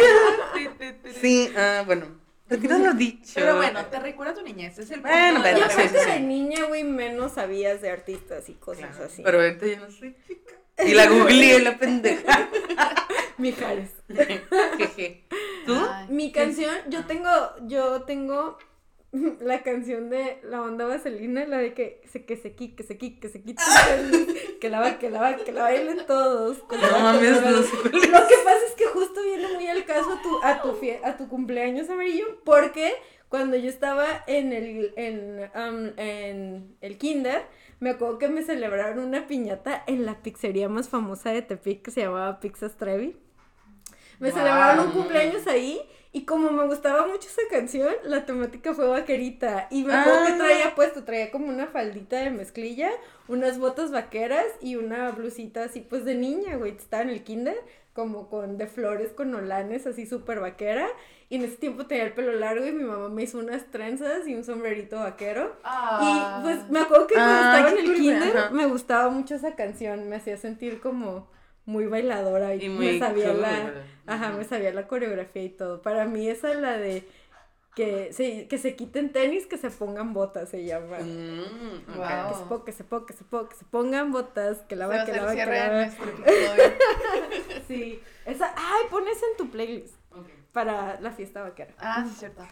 Sí. Sí, ah, bueno. Retira lo dicho. Pero bueno, te recuerda tu niñez, es el punto Bueno, de bueno, Y la sí, aparte sí, de sí. niña, güey, menos sabías de artistas y cosas Claro, así. Pero ahorita ya no soy chica. Y la googleé, la pendeja. Mijares. Jeje. ¿Tú? Ay, Mi canción, yo tengo, yo tengo la canción de la onda vaselina, la de que se que se qui, que se qui, que se quite, que la va, que la va, que la bailen todos. con No la- mames, con la- no sé cuál es. Lo que pasa es que justo viene muy al caso a tu, a tu, fie- a tu cumpleaños amarillo, porque cuando yo estaba en el, en, um, en el kinder, me acuerdo que me celebraron una piñata en la pizzería más famosa de Tepic, que se llamaba Pizzas Trevi. Me Wow. celebraron un cumpleaños ahí y como me gustaba mucho esa canción, la temática fue vaquerita. Y me acuerdo Ah. que traía puesto, traía como una faldita de mezclilla, unas botas vaqueras y una blusita así pues de niña, güey. Estaba en el kinder, como con de flores, con olanes, así súper vaquera. Y en ese tiempo tenía el pelo largo y mi mamá me hizo unas trenzas y un sombrerito vaquero. Ah. Y pues me acuerdo que cuando Ah, estaba en qué el cool, kinder ajá. me gustaba mucho esa canción, me hacía sentir como muy bailadora y, Y muy me sabía cool, la, güey. ajá, Ujú. me sabía la coreografía y todo. Para mí esa es la de que se, que se quiten tenis, que se pongan botas, se llama. Mm, ok. Wow. Que se, po- que se, po- que se, po- que se pongan botas, que la Se va va, a que hacer la va, que cierre la de va. nuestro episodio. Sí, esa, ay, pon esa en tu playlist Ok. para la fiesta vaquera. Ah, sí, cierto.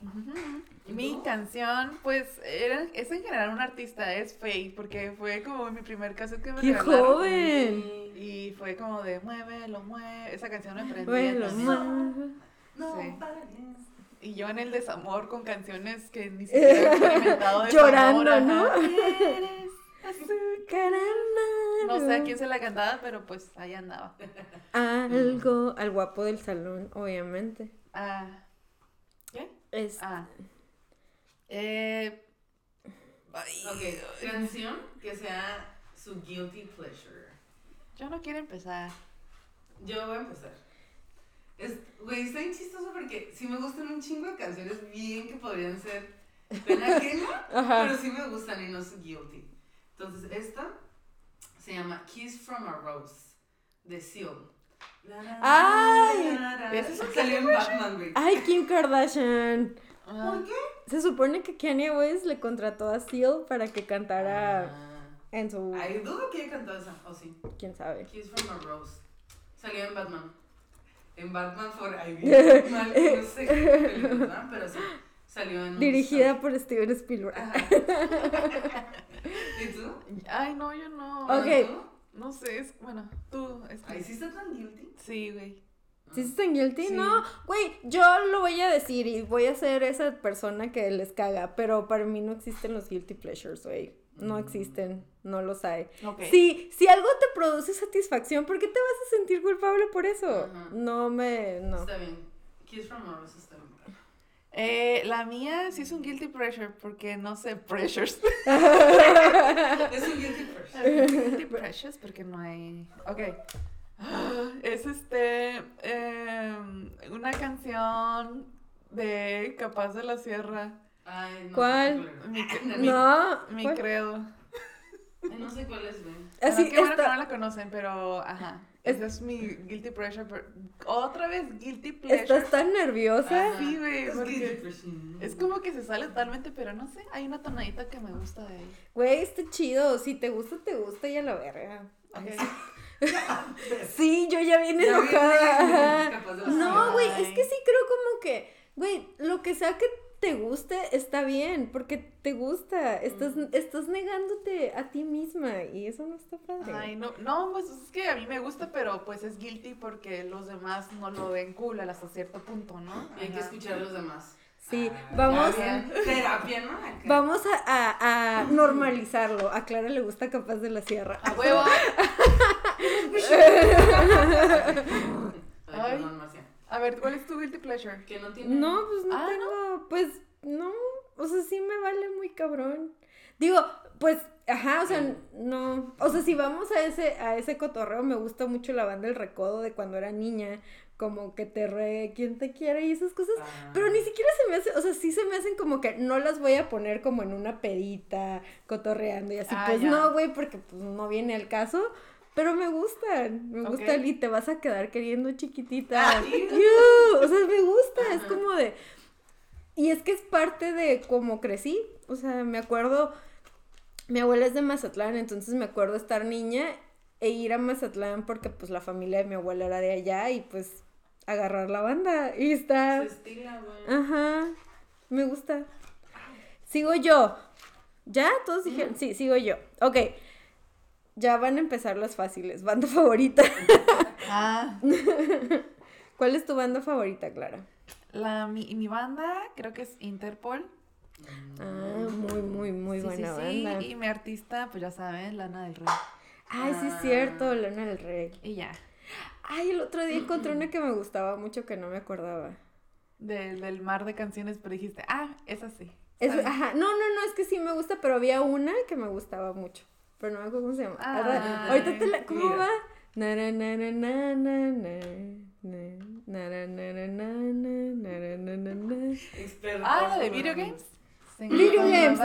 Mi canción, pues, era, es en general un artista, es Faye, porque fue como mi primer cassette que me ¡Qué regalaron. joven! Y fue como de muévelo, mueve. Esa canción me prendía Bueno, también. ma- No, Sí. pares. Y yo en el desamor con canciones que ni siquiera he experimentado desamor. Llorando, ajá. ¿no? Eres azúcar. Caramba. No sé a quién se la cantaba, pero pues ahí andaba. Algo, al guapo del salón, obviamente. Ah. ¿Qué? Es, Ah. Eh. ay, Ok, canción que sea su guilty pleasure. yo no quiero empezar. Yo voy a empezar. Es, güey, está bien chistoso porque sí me gustan un chingo de canciones bien que podrían ser pena ajena, Ajá. pero sí me gustan y no son guilty. Entonces, esta se llama Kiss from a Rose, de Seal. ¡Ay! ¿Ese es un Salió en Batman, güey. Ay, Kim Kardashian. Ah, ¿Por qué? Se supone que Kanye West le contrató a Seal para que cantara Ah. en su... Ay, dudo que haya cantado esa, o sí. ¿Quién sabe? Kiss from a Rose. Salió en Batman. En Batman for I V. Mal, no sé qué película, ¿verdad? Pero sí. Salió en. un Dirigida sound- por Steven Spielberg. Ajá. ¿Y tú? Ay, no, yo no. Ok. ¿Tú? No sé, es. Bueno, tú. Es que- Ay, sí está tan guilty. Sí, güey. ¿Sí están guilty? Sí. No, güey, yo lo voy a decir y voy a ser esa persona que les caga, pero para mí no existen los guilty pleasures, güey. No existen, no los hay. Ok. Sí, si algo te produce satisfacción, ¿por qué te vas a sentir culpable por eso? Ajá. No me, no. Está bien. Kiss from a Rose está bien. Eh, la mía sí es un guilty pressure porque no sé, pressures. Es un guilty pleasure. guilty pressures porque no hay. Ok. Es este. em, una canción de Capaz de la Sierra. Ay, no. ¿Cuál? sé cuál Mi, es. mi- No, mi ¿cuál? credo. Ay, no sé cuál es, güey. Así Bueno, qué bueno que está- no la conocen, pero ajá. Es- Ese es mi guilty pressure. pero- otra vez guilty pleasure. ¿Estás tan nerviosa? Ajá. Sí, güey, Es porque guilty pleasure. Es como que se sale totalmente, pero no sé, hay una tonadita que me gusta de ahí. Güey, está chido. Si te gusta, te gusta y a la verga. Ok. Sí, yo ya vine Ya enojada. viene Ajá. Capaz de la No, Sierra. güey, es que sí creo como que, güey, lo que sea que te guste está bien, porque te gusta. Estás, estás negándote a ti misma y eso no está padre. Ay, no, no, pues es que a mí me gusta, pero pues es guilty porque los demás no lo ven cool hasta cierto punto, ¿no? Y hay que Ajá. escuchar a los demás. Sí, Ah, vamos, ya bien. Terapia, ¿no? Acá. vamos a, a, a normalizarlo. A Clara le gusta Capaz de la Sierra. ¡A huevo! Ay, Ay. perdón, Marcia. A ver, ¿cuál es tu guilty pleasure? Que no tiene. No, pues no Ah, tengo, pues no, o sea, sí me vale muy cabrón. Digo, pues, ajá, o sea, no, o sea, si vamos a ese, a ese cotorreo, me gusta mucho la banda El Recodo de cuando era niña, como que te re, ¿quién te quiere? Y esas cosas, Ah. pero ni siquiera se me hace, o sea, sí se me hacen como que no las voy a poner como en una pedita, cotorreando y así, Ah, pues ya. no, güey, porque pues no viene al caso. Pero me gustan, me Ok. gustan y te vas a quedar queriendo chiquitita. Ah, ¿sí? Iu, o sea, me gusta, es Ajá. como de... Y es que es parte de cómo crecí, o sea, me acuerdo, mi abuela es de Mazatlán, entonces me acuerdo estar niña e ir a Mazatlán porque pues la familia de mi abuela era de allá y pues agarrar la banda y Se está... estila, güey. Ajá, me gusta. Sigo yo. ¿Ya? ¿Todos dijeron? Sí, sigo yo. Ok, ya van a empezar las fáciles. Banda favorita. Ah, ¿Cuál es tu banda favorita, Clara? la, mi, mi banda creo que es Interpol. Ah, muy, muy, muy Sí, buena sí, sí, banda. y mi artista, pues ya saben, Lana del Rey. Ay, sí es Ah. cierto, Lana del Rey. Y ya, Ay, el otro día encontré una que me gustaba mucho que no me acordaba. del, del mar de canciones, pero dijiste, ah, esa sí. Es, Está bien. ajá, no, no, no, es que sí me gusta, pero había una que me gustaba mucho. Pero no me acuerdo cómo se llama. Ay, Ahora- Ahorita te la. ¿Cómo mira. va? Na, na, na, na, na, na, na, na, na, na, na, na, na, na, na, na, na. Experto. Ah, la de video games. Video games.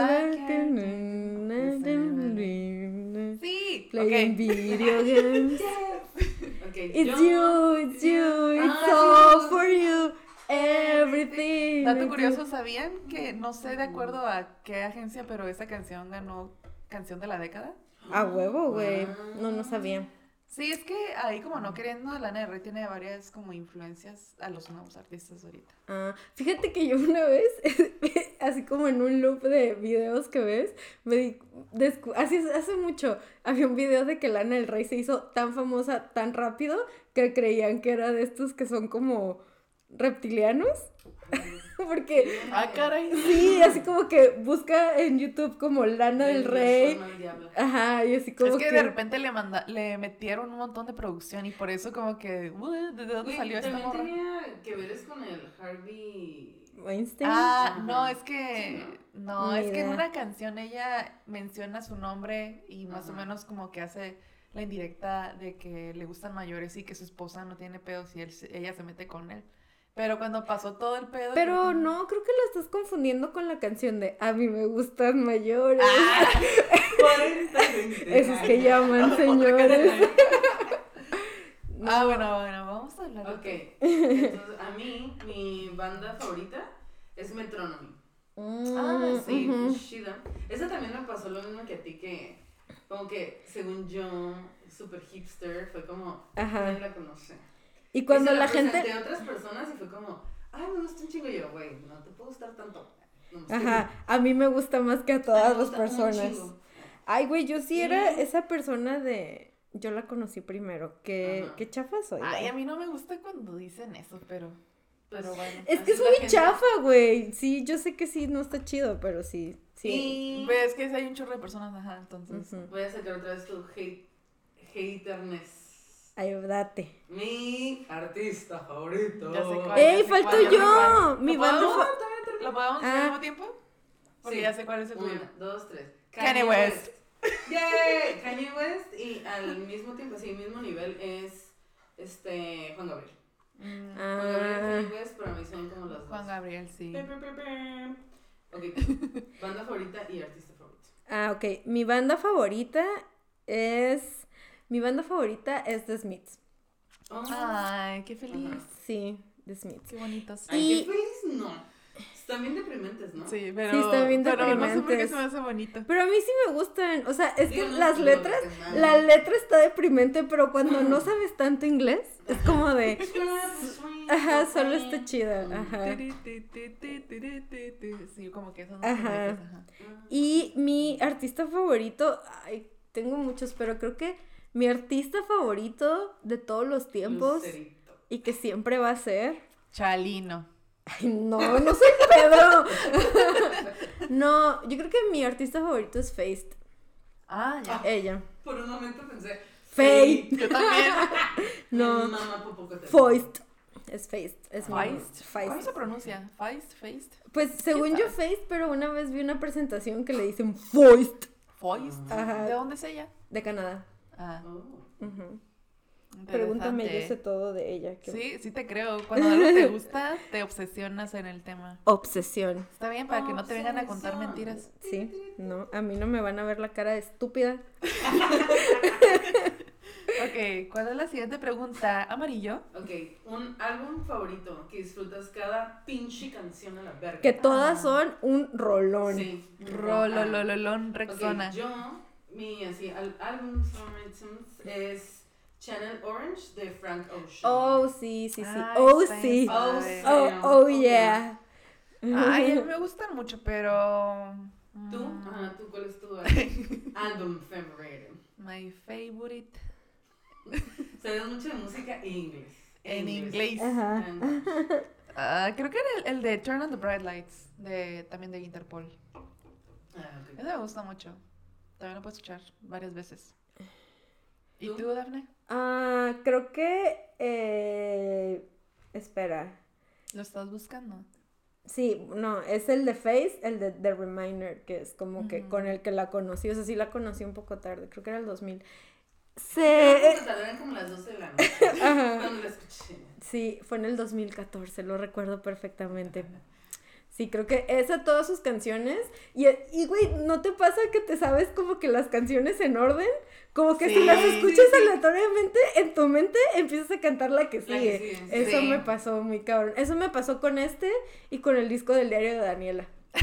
Sí, Playing ok. video games. Ok, It's yo- you, it's you, it's Ah, all sí, for you, everything. Dato curioso, ¿sabían que no sé de acuerdo a qué agencia, pero esa canción ganó canción de la década? A huevo, güey. No, no sabía. Sí, es que ahí como no queriendo, Lana del Rey tiene varias como influencias a los nuevos artistas ahorita. Ah, fíjate que yo una vez, así como en un loop de videos que ves, me di, descu- así es- hace mucho, había un video de que Lana del Rey se hizo tan famosa tan rápido que creían que era de estos que son como reptilianos. Porque, Ah, caray. sí, así como que busca en YouTube como Lana del Rey. Son al diablo. Ajá, y así como Es que, de repente le manda, le metieron un montón de producción y por eso como que, "Uh, ¿de dónde Güey, salió esta también morra?" tenía que ver es con el Harvey. Weinstein. Ah, Ajá. no, es que, Sí, no, Ni es que en idea. una canción ella menciona su nombre y más o Ajá. menos como que hace la indirecta de que le gustan mayores y que su esposa no tiene pedos y él, se- ella se mete con él. Pero cuando pasó todo el pedo... Pero creo que- no, creo que la estás confundiendo con la canción de A mí me gustan mayores. cuarenta y veinte. Esos que llaman Otra señores. canción. Ah, bueno, bueno, vamos a hablar de... Ok, entonces a mí, mi banda favorita es Metronomy. Ah, sí. Mm, ujú. Shida. Esa también me pasó lo mismo que a ti, que como que según yo, super hipster, fue como, Ajá. nadie la conoce. Y cuando Y se la gente... presenté a otras personas y fue como, ay, me gusta un chingo. Y yo, güey, no te puedo gustar tanto. No me Ajá, a mí me gusta más que a Me todas las gusta un personas. chingo. Ay, güey, yo sí era Sí. esa persona de... Yo la conocí primero. Qué, Ajá. qué chafa soy. Ay, ¿verdad? a mí no me gusta cuando dicen eso, pero... Pero bueno. Es que así es la muy gente- chafa, güey. Sí, yo sé que sí, no está chido, pero sí. Sí. Y Pues es que hay un chorro de personas, ajá, entonces... Ujú. voy a sacar otra vez tu hate, haterness. Ay, date. Mi artista favorito. Ya sé cuál. ¡Ey, ya sé falto cuál, ya sé yo! cuál. Mi ¿Lo banda podemos- fa- ¿Lo podemos decir Ah. al mismo tiempo? Porque Sí. ya sé cuál es el tuyo. Una, dos, tres. Kanye West. Yay, Kanye West y al mismo tiempo, así, mismo nivel es este Juan Gabriel. Mm, Juan Gabriel y Ah, Kanye West para mí son como los dos. Juan Gabriel, sí. Pe, pe, pe, pe. Ok, banda favorita y artista favorito. ah, ok. Mi banda favorita es... Mi banda favorita es The Smiths. Oh. Ay, qué feliz. Ajá. Sí, The Smiths. Qué bonitos. Ay, y- qué feliz, no. Están bien deprimentes, ¿no? Sí, pero, Sí, están bien pero no sé por qué deprimentes. se me hace bonito. Pero a mí sí me gustan. O sea, es que Digo, no las es letras... lo que se La mama. letra está deprimente, pero cuando no sabes tanto inglés, es como de... Ajá, solo está chida. Ajá. Tiri, ti, ti, ti, tiri, ti, ti. Sí, como que son Ajá. bonitos, ajá. Y mi artista favorito, ay, tengo muchos, pero creo que mi artista favorito de todos los tiempos Lucerito. y que siempre va a ser, Chalino. Ay, no, no soy Pedro. No, yo creo que mi artista favorito es Feist. Ah, ya. Ella. Por un momento pensé. Faye. Yo también. No. Mamá Popocatépetl. Feist. Es Feist. Es mi- Feist. ¿Cómo Feist. se pronuncia? Feist, Feist. Pues según yo sabe? Feist, pero una vez vi una presentación que le dicen Feist. Feist. Ajá. ¿De dónde es ella? De Canadá. Ah, Oh. Ujú. Pregúntame, yo sé interesante. todo de ella. Qué Sí, sí te creo. Cuando algo te gusta, te obsesionas en el tema. Obsesión. Está bien para que no te vengan a contar mentiras. Sí, no, a mí no me van a ver la cara de estúpida. Ok, ¿cuál es la siguiente pregunta? ¿Amarillo? Ok, un álbum favorito que disfrutas cada pinche canción a la verga. Que todas Ah. son un rolón. Sí. Rololololón Ok, Rexona. yo, mi así, al- álbum favoritos es Channel Orange de Frank Ocean. Oh, sí, sí, sí. Ay, Oh, está sí. bien Oh, padre. Oh, oh, Ok. yeah. Ay, a mí me gustan mucho, pero... ¿Tú? mm, Ajá, ¿tú cuál es tu álbum favorito? My favorite. Sabes mucho de música en inglés. En inglés. Ajá. Ah, creo que era el, el de Turn on the Bright Lights, de, también de Interpol. Ah, ok. Ese me gusta mucho. También lo puedo escuchar varias veces. ¿Y ¿Tú? tú, Dafne? Ah, creo que. Eh, espera. ¿Lo estás buscando? Sí, no, es el de Face, el de The Reminder, que es como que Ujú. con el que la conocí. O sea, sí la conocí un poco tarde, creo que era el dos mil. Creo Se, que tardaron como las doce de la noche Ajá. cuando la escuché. Sí, fue en el dos mil catorce, lo recuerdo perfectamente. Sí, creo que esa, todas sus canciones. Y, y güey, ¿no te pasa que te sabes como que las canciones en orden? Como que si Sí, las sí, escuchas sí. aleatoriamente, en tu mente empiezas a cantar la que La sigue. que sigue, sí. Eso Sí. me pasó muy cabrón. Eso me pasó con este y con el disco del diario de Daniela.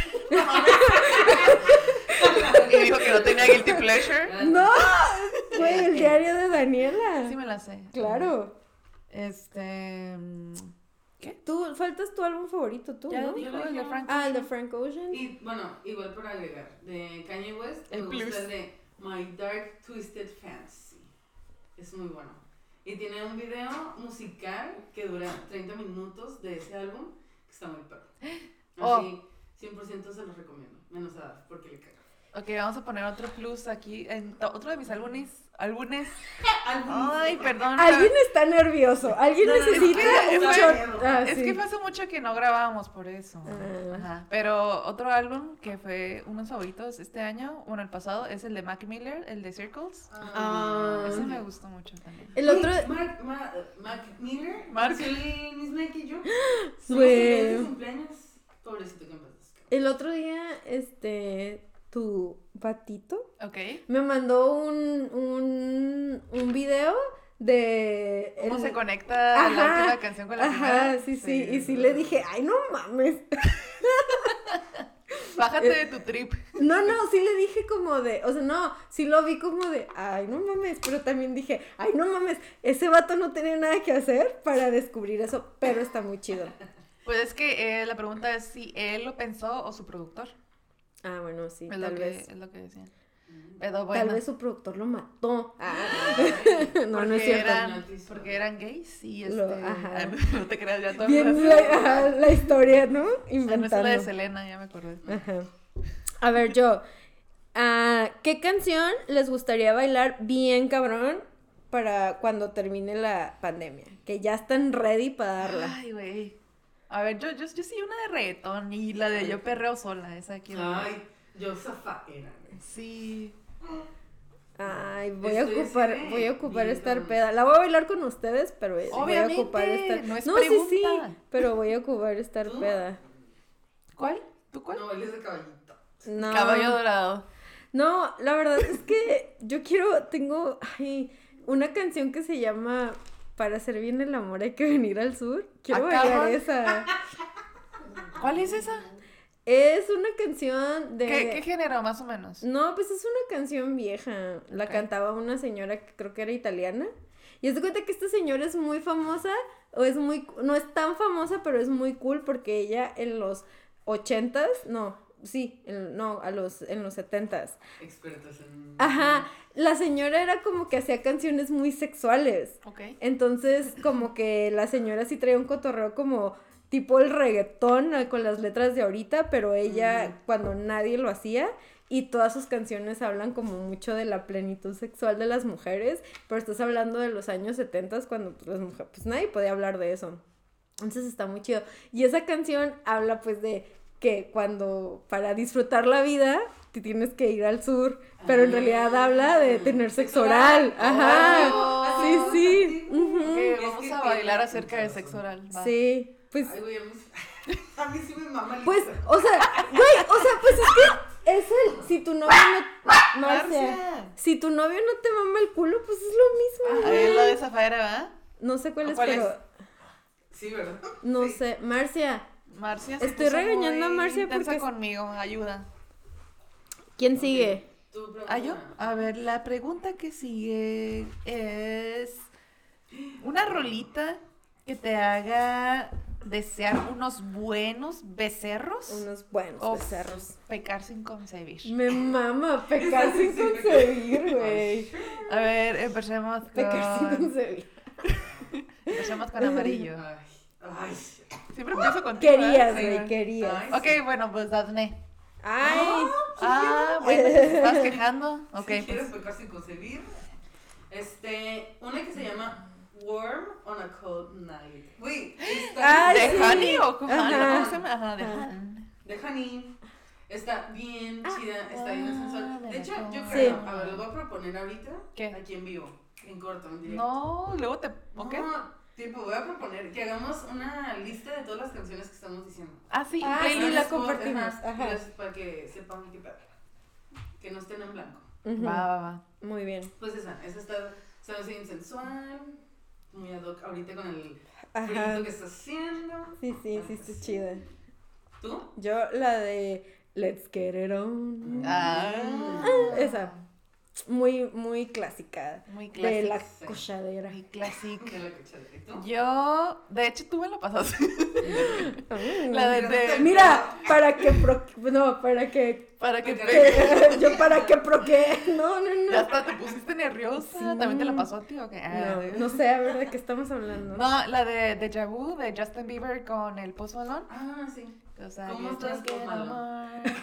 Y dijo que no tenía guilty pleasure. ¡No! Güey, el diario de Daniela. Sí me la sé. Claro. Este... mm, ¿Qué? Tú, faltas tu álbum favorito, tú, Ya ¿no? dijo el de Frank Ah, el de Ocean. Frank Ocean. Y bueno, igual para agregar, de Kanye West, El me gusta plus. el de My Dark Twisted Fantasy. Es muy bueno. Y tiene un video musical que dura treinta minutos de ese álbum, que está muy perro. Oh. Así, cien por ciento se los recomiendo, menos a Daf, porque le caga. Ok, vamos a poner otro plus aquí. En to- otro de mis álbumes. Álbumes. Álbum. Ay, perdón. Alguien está nervioso. Alguien No, no, no, necesita es que- un es shot. que- Ah, Es sí. que fue hace mucho que no grabábamos por eso. Ah. Ajá. Pero otro álbum que fue uno de mis favoritos este año, bueno, el pasado, es el de Mac Miller, el de Circles. Ah. Ese me gustó mucho también. El otro. Uy, Mark, Ma- Mac Miller, Mark. Mark. el mismo que yo. Somos Güey. gemelos de cumpleaños. Pobrecito que en paz descanse. El otro día, este. Tu batito Ok. me mandó un. Un, un video de. ¿Cómo el- se conecta la Ajá, última canción con la primera? Ajá, sí, sí. Y sí le dije, ay, no mames. Bájate de tu trip. No, no, sí le dije como de, o sea, no, sí lo vi como de, ay, no mames, pero también dije, ay, no mames, ese vato no tenía nada que hacer para descubrir eso, pero está muy chido. Pues es que eh, la pregunta es si él lo pensó o su productor. Ah, bueno, sí, es, tal lo que, vez. es lo que decían. Pero bueno. Tal vez su productor lo mató. Ah, Ay, no, no es porque cierto. eran, Noticia. porque eran gays y este, Lo- ajá. no te creas ya todo. Bien la, ajá, la historia, ¿no? No es la de Inventando. Selena, ya me acordé. Ajá. A ver, yo, ah, ¿qué canción les gustaría bailar bien cabrón para cuando termine la pandemia? Que ya están ready para darla. Ay, güey. A ver, yo, yo, yo sí una de reggaetón y la de Yo Perreo Sola, esa quiero. Ay, yo zafaera. Sí. Ay, voy a Estoy ocupar, así de voy a ocupar bien estar cabrón. peda. La voy a bailar con ustedes, pero voy a Obviamente, ocupar estar. no es sí, sí, pregunta. pero voy a ocupar estar ¿Tú? peda. ¿Cuál? ¿Tú cuál? No, él es de caballito. No. Caballo Dorado. No, la verdad es que yo quiero, tengo, ay, una canción que se llama Para hacer bien el amor hay que venir al sur. Quiero Ah, bailar cabrón. esa. ¿Cuál es esa? Es una canción de... ¿Qué, ¿Qué género, más o menos? No, pues es una canción vieja. La Ok. cantaba una señora que creo que era italiana. Y haz de cuenta que esta señora es muy famosa, o es muy, no es tan famosa, pero es muy cool porque ella en los ochentas, no, sí, en- no, a los, en los setentas. Expertos en. Ajá, la señora era como que hacía canciones muy sexuales. Ok. Entonces, como que la señora sí traía un cotorreo como tipo el reggaetón eh, con las letras de ahorita, pero ella uh-huh. cuando nadie lo hacía, y todas sus canciones hablan como mucho de la plenitud sexual de las mujeres, pero estás hablando de los años setenta cuando pues, las mujeres, pues nadie podía hablar de eso. Entonces está muy chido. Y esa canción habla pues de que cuando para disfrutar la vida te tienes que ir al sur, pero en realidad habla de tener sexo oral. Ajá. Oh, sí, sí. Uh-huh. Okay, vamos a bailar acerca de sexo oral. Va. Sí, pues. Ay, güey, a mí sí me mama. Pues, o sea, güey, o sea, pues es que es el, si tu novio no, Marcia, si tu novio no te mama el culo, pues es lo mismo. Ah, es la de Zafaera, ¿verdad? No sé cuál es, ¿Cuál pero. Es? Sí, ¿verdad? No sí. sé, Marcia. Marcia. Estoy regañando a Marcia porque. Conmigo, ayuda. ¿Quién sigue? Okay. ¿Ah, yo? A ver, la pregunta que sigue es una rolita que te haga desear unos buenos becerros. Unos buenos o becerros. Pecar sin concebir. Me mama, pecar sin concebir, güey. A ver, empecemos con... Pecar sin concebir. Empecemos con amarillo. Ay, ay. Siempre empiezo contigo. Querías, güey, sí, querías. Ay, ok, sí. Bueno, pues Dafne. Ay. Ah, bueno, ¿te estás quejando? Ok, si pues. ¿Quieres pecar sin concebir? Este, una que se llama Warm on a Cold Night. Güey, está ¿de sí. Honey o con Ajá. ¿Cómo se llama? Ajá, de Honey. De Honey. Está bien chida, está bien sensual. De hecho, yo Sí. creo, a ver, lo voy a proponer ahorita. ¿Qué? Aquí en vivo, en corto, en directo. No, luego te... ¿Ok? No, tipo, voy a proponer que hagamos una lista de todas las canciones que estamos diciendo. Ah, sí, Ah, un sí, playlist. la Por- compartimos. ajá, Ajá. y las- para que sepan qué pedo. Que no estén en blanco. Uh-huh. Va, va, va. Muy bien. Pues esa, esa está, se me hace bien sensual, muy ad hoc ahorita con el Ajá. frío que está haciendo. Sí, sí, sí, está chida. ¿Tú? Yo la de Let's Get It On. Ah. Esa. Muy, muy clásica. Muy De la clásica. cochadera. Muy clásica. De la cuchara. ¿Y tú? Yo, de hecho, tú me la pasaste. La de, de- Mira, para que pro... No, para que... Para que Para Yo para que pro que... No, no, ya no. hasta te pusiste nerviosa. Sí. ¿También te la pasó a ti o qué? Ah, No, no sé, a ver de qué estamos hablando. No, la de Deja Vu de Justin Bieber con el Post Malone. Ah, sí. O sea, ¿Cómo yo estás, tengo Post que Malone? amar.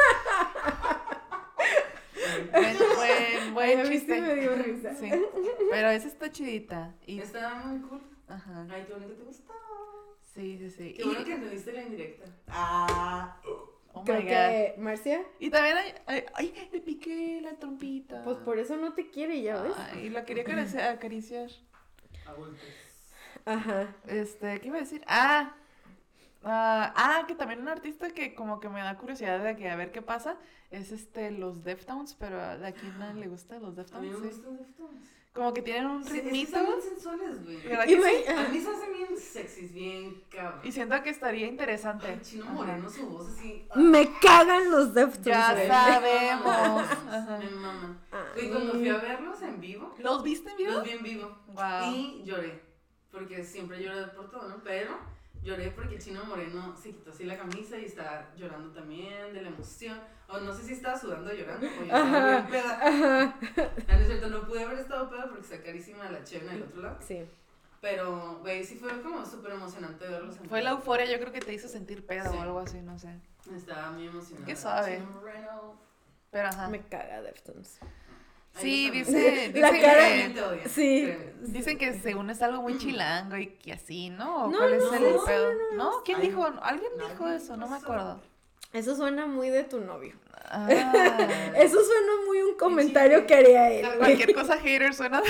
Buen, buen, buen Ay, a mí sí chiste. me dio risa. Sí, pero esa está chidita. Y, Está muy cool. ajá, Ay, qué bonito te gustó. sí, sí, sí. Qué Y- bueno que entendiste la indirecta. Ah. oh my Creo God. que... ¿Marcia? Y también hay, ay, ay, le piqué la trompita. Pues por eso no te quiere, ya ves. Ay, la quería acariciar. acariciar. A golpes. Ajá. Este, ¿qué iba a decir? Ah, ah, ah, que también un artista que como que me da curiosidad de que a ver qué pasa es este, los Deftones, pero ¿de a quién no le gusta los A mí me Deftones? Sí. gustan Deftones. Como que tienen un Sí, es que ritmito. están bien sensuales, güey. ¿Verdad Y que me- sí? A mí se hacen bien sexys, bien cabrón. Y siento que estaría interesante. Ay, Chino Ajá. Moreno, su voz así. Me cagan los Deftones, Ya güey. sabemos. Me Ajá. mama. Ay. Güey, cuando fui a verlos en vivo, ¿Los viste en vivo? los vi en vivo. Wow. Y lloré. Porque siempre lloro por todo, ¿no? Pero lloré porque Chino Moreno se quitó así la camisa y estaba llorando también de la emoción. O no sé si estaba sudando llorando o yo Ajá. estaba bien peda. Ajá. Ah, no es cierto, no pude haber estado peda porque está carísima la cheve en el otro lado. Sí. Pero, güey, sí fue como súper emocionante verlos en Fue la vivo. euforia, yo creo que te hizo sentir pedo Sí. o algo así, no sé. Estaba muy emocionada. Qué suave. Chino Moreno. Pero ajá. Me caga Deftones. Ay, Sí, yo dice, también. dice La que, cara- También te odia, Sí. créeme. dicen que según es algo muy chilango y que así, ¿no? ¿O No, ¿Cuál es no, el no, pedo? no, ¿No? ¿Quién Ay, dijo? Alguien no, dijo eso, no me no sé. acuerdo. Eso suena muy de tu novio. Ah, Eso suena muy un comentario que haría él. güey. cualquier cosa hater suena de...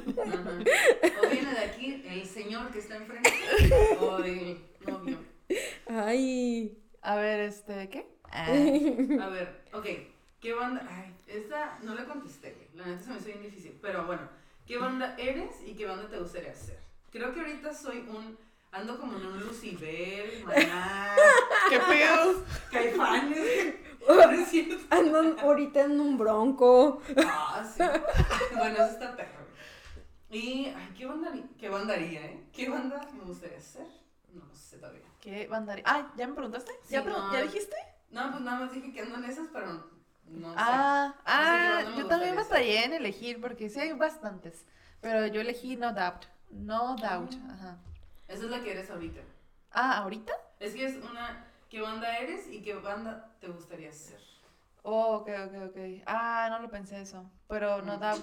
Ajá. O viene de aquí el señor que está enfrente o del novio. Ay. A ver, este, ¿qué? Ah, A ver, ok, ¿qué banda? Ay, esta no la contesté, güey. La neta se me hizo bien difícil. Pero bueno, ¿qué banda eres y qué banda te gustaría ser? Creo que ahorita soy un. Ando como en un Lucibel, Maná, ¿qué pedo? Caifanes. ¿No es cierto? Ando ahorita en un bronco. Ah, sí. Bueno, eso está perro. Y, ay, ¿qué banda, qué banda haría, eh? ¿Qué banda me gustaría ser? No lo sé todavía. ¿Qué bandaría? Ah, ¿ya me preguntaste? ¿Ya, Sí, pregun- no. ¿Ya dijiste? No, pues nada más dije que ando en esas, pero no sé. Ah, Así que ah, no me yo también gustaría batallé en elegir porque sí hay bastantes. Pero yo elegí No Doubt. No Doubt, Ah. ajá. Esa es la que eres ahorita. Ah, ¿ahorita? Es que es una, ¿qué banda eres y qué banda te gustaría ser? Oh, ok, ok, ok. Ah, no lo pensé eso. Pero no doubt.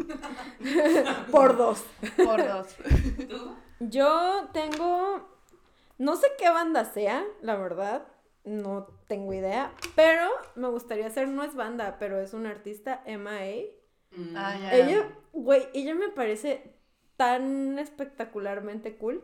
Por dos. Por dos. ¿Tú? Yo tengo, no sé qué banda sea, la verdad, no tengo idea, pero me gustaría ser, no es banda, pero es una artista, M A. Mm. Ah, ya. Ella, güey, ella me parece tan espectacularmente cool.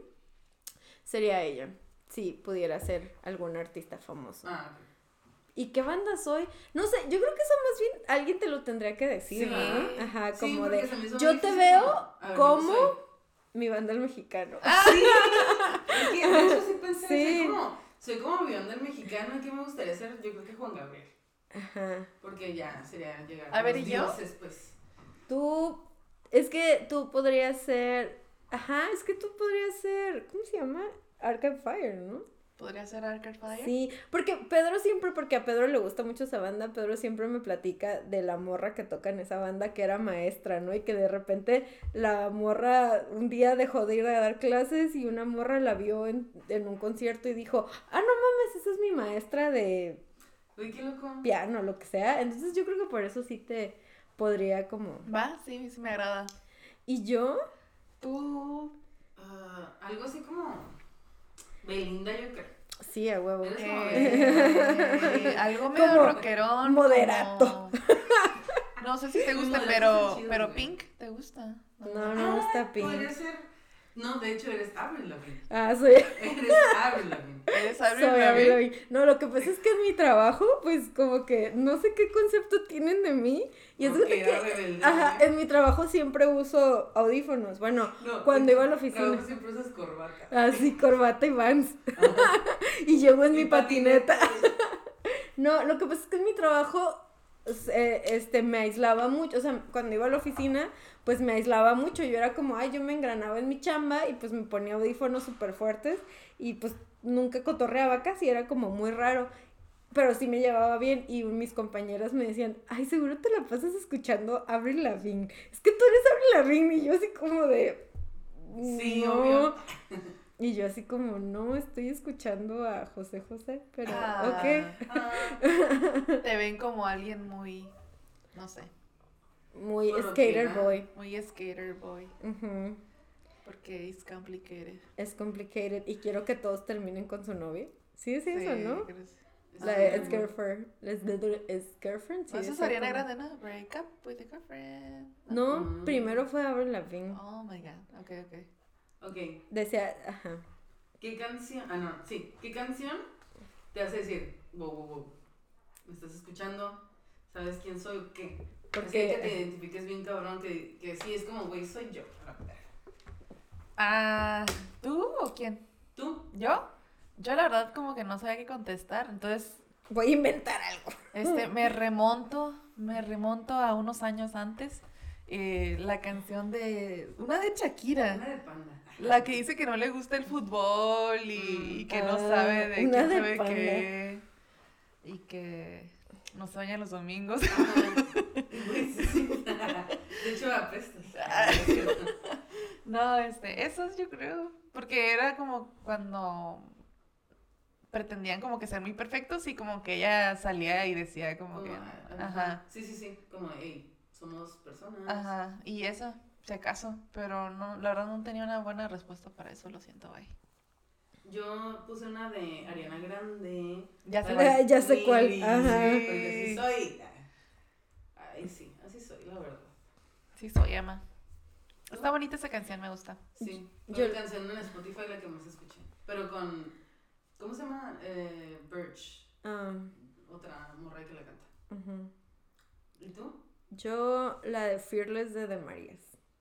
Sería ella, si pudiera ser algún artista famoso. Ah, ok. ¿Y qué banda soy? No sé, yo creo que eso más bien alguien te lo tendría que decir, Sí. ¿no? Ajá, Sí, como porque de, se me hizo yo muy te difícil veo como, a ver, como yo soy. mi banda el mexicano. Sí, es que de hecho sí pensé, Sí. soy como, soy como mi banda el mexicano, ¿qué me gustaría ser? Yo creo que Juan Gabriel, Ajá. porque ya sería llegar A a ver, los ¿y yo? dioses, pues. Tú, es que tú podrías ser, ajá, es que tú podrías ser, ¿cómo se llama? Arcade Fire, ¿no? ¿Podría ser Arcade Fire? Sí, porque Pedro siempre, porque a Pedro le gusta mucho esa banda, Pedro siempre me platica de la morra que toca en esa banda que era maestra, ¿no? Y que de repente la morra un día dejó de ir a dar clases y una morra la vio en, en un concierto y dijo, ah, no mames, esa es mi maestra de Uy, qué loco. piano, lo que sea. Entonces yo creo que por eso sí te podría como... Va, sí, sí me agrada. ¿Y yo? Tú. Ah, algo así como Belinda, yo creo. Sí, a huevo. Eres como Eh, algo medio Como rockerón. moderato. como- No sé si te gusta, Moderato pero, está chido, pero güey. Pink, ¿te gusta? No, no me gusta Pink. Podría ser. No, de hecho eres Avril Lavigne. Ah, soy... Eres Avril Lavigne. ¿Eres Soy Avril Avril Lavigne? Lavigne. No, lo que pasa es que en mi trabajo, pues como que no sé qué concepto tienen de mí. Y es de Rockera, que, rebelde. ajá, en mi trabajo siempre uso audífonos. Bueno, No, cuando en iba a la tu oficina. trabajo siempre usas corbata. Así, corbata y vans. Ajá. Y llego en Y mi patineta. güey. No, lo que pasa es que en mi trabajo, eh, este, me aislaba mucho. O sea, cuando iba a la oficina, pues me aislaba mucho. Yo era como, ay, yo me engranaba en mi chamba y pues me ponía audífonos súper fuertes y pues nunca cotorreaba casi, era como muy raro. Pero sí me llevaba bien y mis compañeras me decían, ay, seguro te la pasas escuchando Avril Lavigne. Es que tú eres Avril Lavigne. Y yo así como de... Sí, no. obvio. Y yo así como, no, estoy escuchando a José José, pero Ah. ok. Ah, Te ven como alguien muy, no sé, Muy Muy skater rockera. boy. muy skater boy. Ujú. Porque es complicated. Es complicated y quiero que todos terminen con su novia. Sí, es eso, ¿no? creo que sí. La Ah, de bueno. es girlfriend. Es de es girlfriend, sí. No, eso es decía Ariana como- Grande, ¿no? Break up with a girlfriend. No, Mm. primero fue Avril Lavigne. Oh my god. Ok, ok. ok. Decía, ajá. ¿Qué canción? Ah, no, sí. ¿Qué canción te hace decir, wow, wow, wow? ¿Me estás escuchando? ¿Sabes quién soy o qué? Porque- Así que te identifiques bien, cabrón. Que, que sí, es como, güey, soy yo. Ah, ¿tú o quién? ¿Tú? ¿Yo? Yo la verdad como que no sabía qué contestar, entonces Voy a inventar algo. este me remonto, me remonto a unos años antes, eh, la canción de una de Shakira, Una de panda. la que dice que no le gusta el fútbol y, y que no Ah, sabe de una quién de sabe Panda. qué y que no se baña los domingos. Güey, sí, sí. De hecho, apestas. No, este, esos yo creo, porque era como cuando pretendían como que ser muy perfectos y como que ella salía y decía como que, Como, ajá, ajá. Sí, sí, sí. Como, hey, somos personas. ajá, y eso, si acaso, pero no, la verdad no tenía una buena respuesta para eso, lo siento, bye. Yo puse una de Ariana Grande. Ya sé La cuál. de Ah, ya sé cuál, Lily, ajá. Porque así soy. Ay, sí, así soy, la verdad. Sí, soy Emma. Está bonita esa canción, me gusta. Sí, fue Yo- la canción en Spotify la que más escuché. Pero con, ¿cómo se llama? Eh, Birch, Ah, otra morra que la canta. ujú. ¿Y tú? Yo, la de Fearless de The Marías.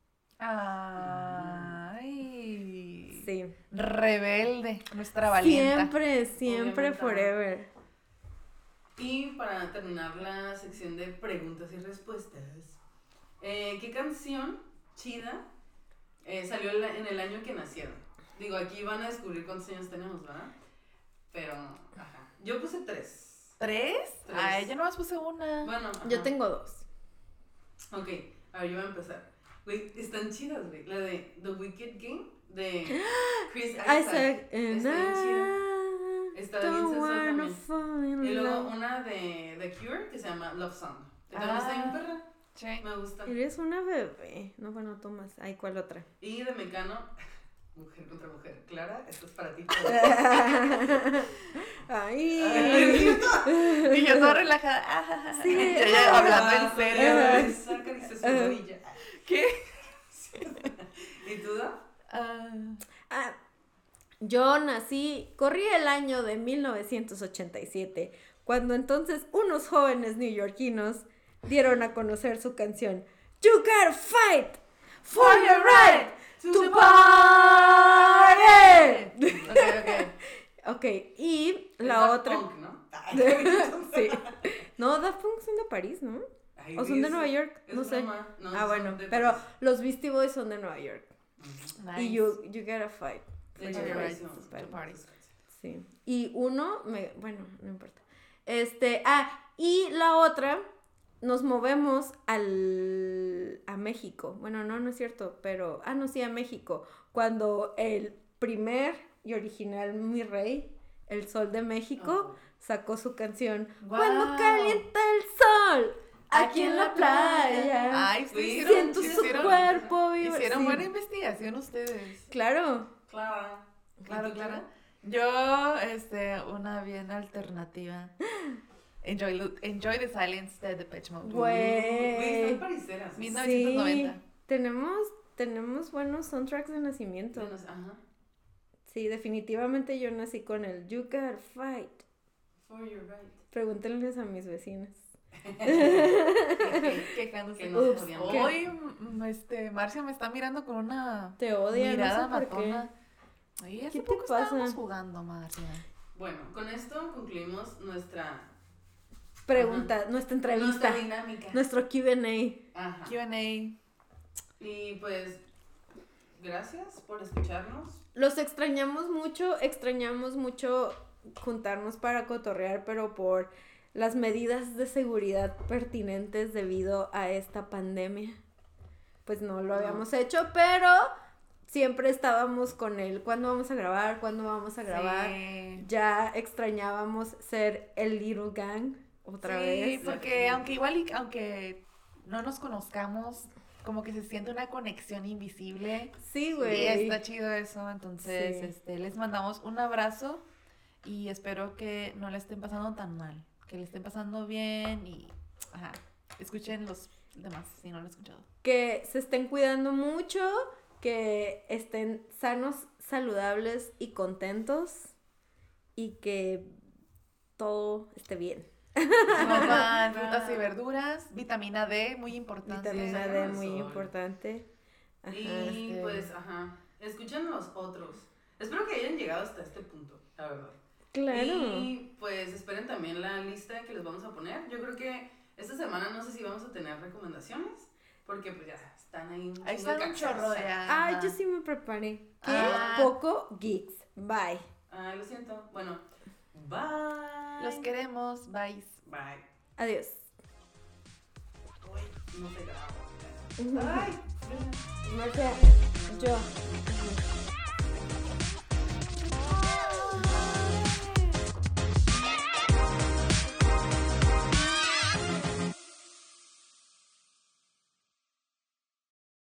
Ay. Sí. Rebelde, nuestra valienta. Siempre, siempre, Obviamente. forever. Y para terminar la sección de preguntas y respuestas, eh, ¿qué canción chida eh, salió en la- en el año que nacieron? Digo, aquí van a descubrir cuántos años tenemos, ¿verdad? Pero, ajá. Yo puse tres. ¿Tres? Tres. Ay, yo nomás puse una. Bueno, ajá. Yo tengo dos. Ok, a ver, yo voy a empezar. Güey, están chidas, güey. La de The Wicked Game de Chris Isaac. Isaac. And Está bien chida. I Está bien don't sensual wanna también. fall in Y luego love. una de The Cure que se llama Love Song. Que también Ah. está bien perra. Sí. Me gusta. Eres una bebé. No, bueno, tú más. Ay, ¿cuál otra? Y de Mecano, mujer contra mujer. Clara, esto es para ti. Ay. Ay. Y yo toda relajada. Ah, Sí. ya, ya, hablando en serio. Ay, saca y se su rodilla. ¿Qué? ¿Y tú, Da? Ah, Ah, yo nací, corrí el año de mil novecientos ochenta y siete, cuando entonces unos jóvenes neoyorquinos dieron a conocer su canción You Gotta Fight for Your Right to Party. ok, ok. Ok, y Es la Daft otra... Punk, ¿no? Sí. No, Daft Punk son de París, ¿no? Ay, ¿O son de es- Nueva York? es No sé. broma. No, Ah, son bueno, de pero París. los Beastie Boys son de Nueva York. Nice. Y you, you Gotta Fight. De for hecho, your You're right right. to to party. party. Sí. Y uno, me, bueno, no importa. Este, ah, y la otra, nos movemos al, a México. Bueno, no, no es cierto, pero, ah, no, sí, a México. Cuando el primer y original Mi Rey, El Sol de México, Oh. sacó su canción Guau. Cuando calienta el sol, aquí en la playa. Ay, sí, Sí, hicieron- Siento sí su hicieron- cuerpo vivo. Hicieron Sí, buena investigación ustedes. claro. Clara. Claro, ¿Y tú, claro. Yo, este, una bien alternativa. Enjoy, lo- enjoy the Silence de Depeche Mode. Güey. Güey, están pariseras. mil novecientos noventa. Sí, tenemos, tenemos buenos soundtracks de nacimiento. Ya no sé, Ajá. Sí, definitivamente yo nací con el You Gotta Fight. For your right. Pregúntenles a mis vecinas. Quejándose. Que no Ups, se podían ¿qué? Hoy, mm, este, Marcia me está mirando con una Te odia, mirada no sé por qué. matona. Oye, hace ¿Qué te poco pasa? estábamos jugando, Marcia. Bueno, con esto concluimos nuestra, Pregunta, nuestra entrevista, nuestra dinámica. nuestro Q and A. Ajá. Q and A. Y pues, gracias por escucharnos. Los extrañamos mucho, extrañamos mucho juntarnos para cotorrear, pero por las medidas de seguridad pertinentes debido a esta pandemia, pues no lo No. habíamos hecho, pero siempre estábamos con él. ¿Cuándo vamos a grabar? ¿Cuándo vamos a grabar? Sí. Ya extrañábamos ser el Little Gang otra Sí, vez. porque aunque igual y aunque no nos conozcamos, como que se siente una conexión invisible. Sí, Y güey. está chido eso, entonces Sí. este, les mandamos un abrazo y espero que no le estén pasando tan mal, que le estén pasando bien y ajá, escuchen los demás si no lo han escuchado. Que se estén cuidando mucho, que estén sanos, saludables y contentos y que todo esté bien. Coman frutas y verduras, vitamina D, muy importante. Vitamina sí, D al muy sol. importante. Ajá. Y este- pues, ajá, escuchen los otros. Espero que hayan llegado hasta este punto, la verdad. Claro. Y pues esperen también la lista que les vamos a poner. Yo creo que esta semana no sé si vamos a tener recomendaciones, porque pues ya están ahí un Ahí chingo de está un canciones. chorro de... Ay, yo sí me preparé. Qué Ah. poco geeks. Bye. Ay, lo siento. Bueno, bye. Los queremos, bye. Bye. Adiós. Uy, no se graba. Ay. Marcia, yo.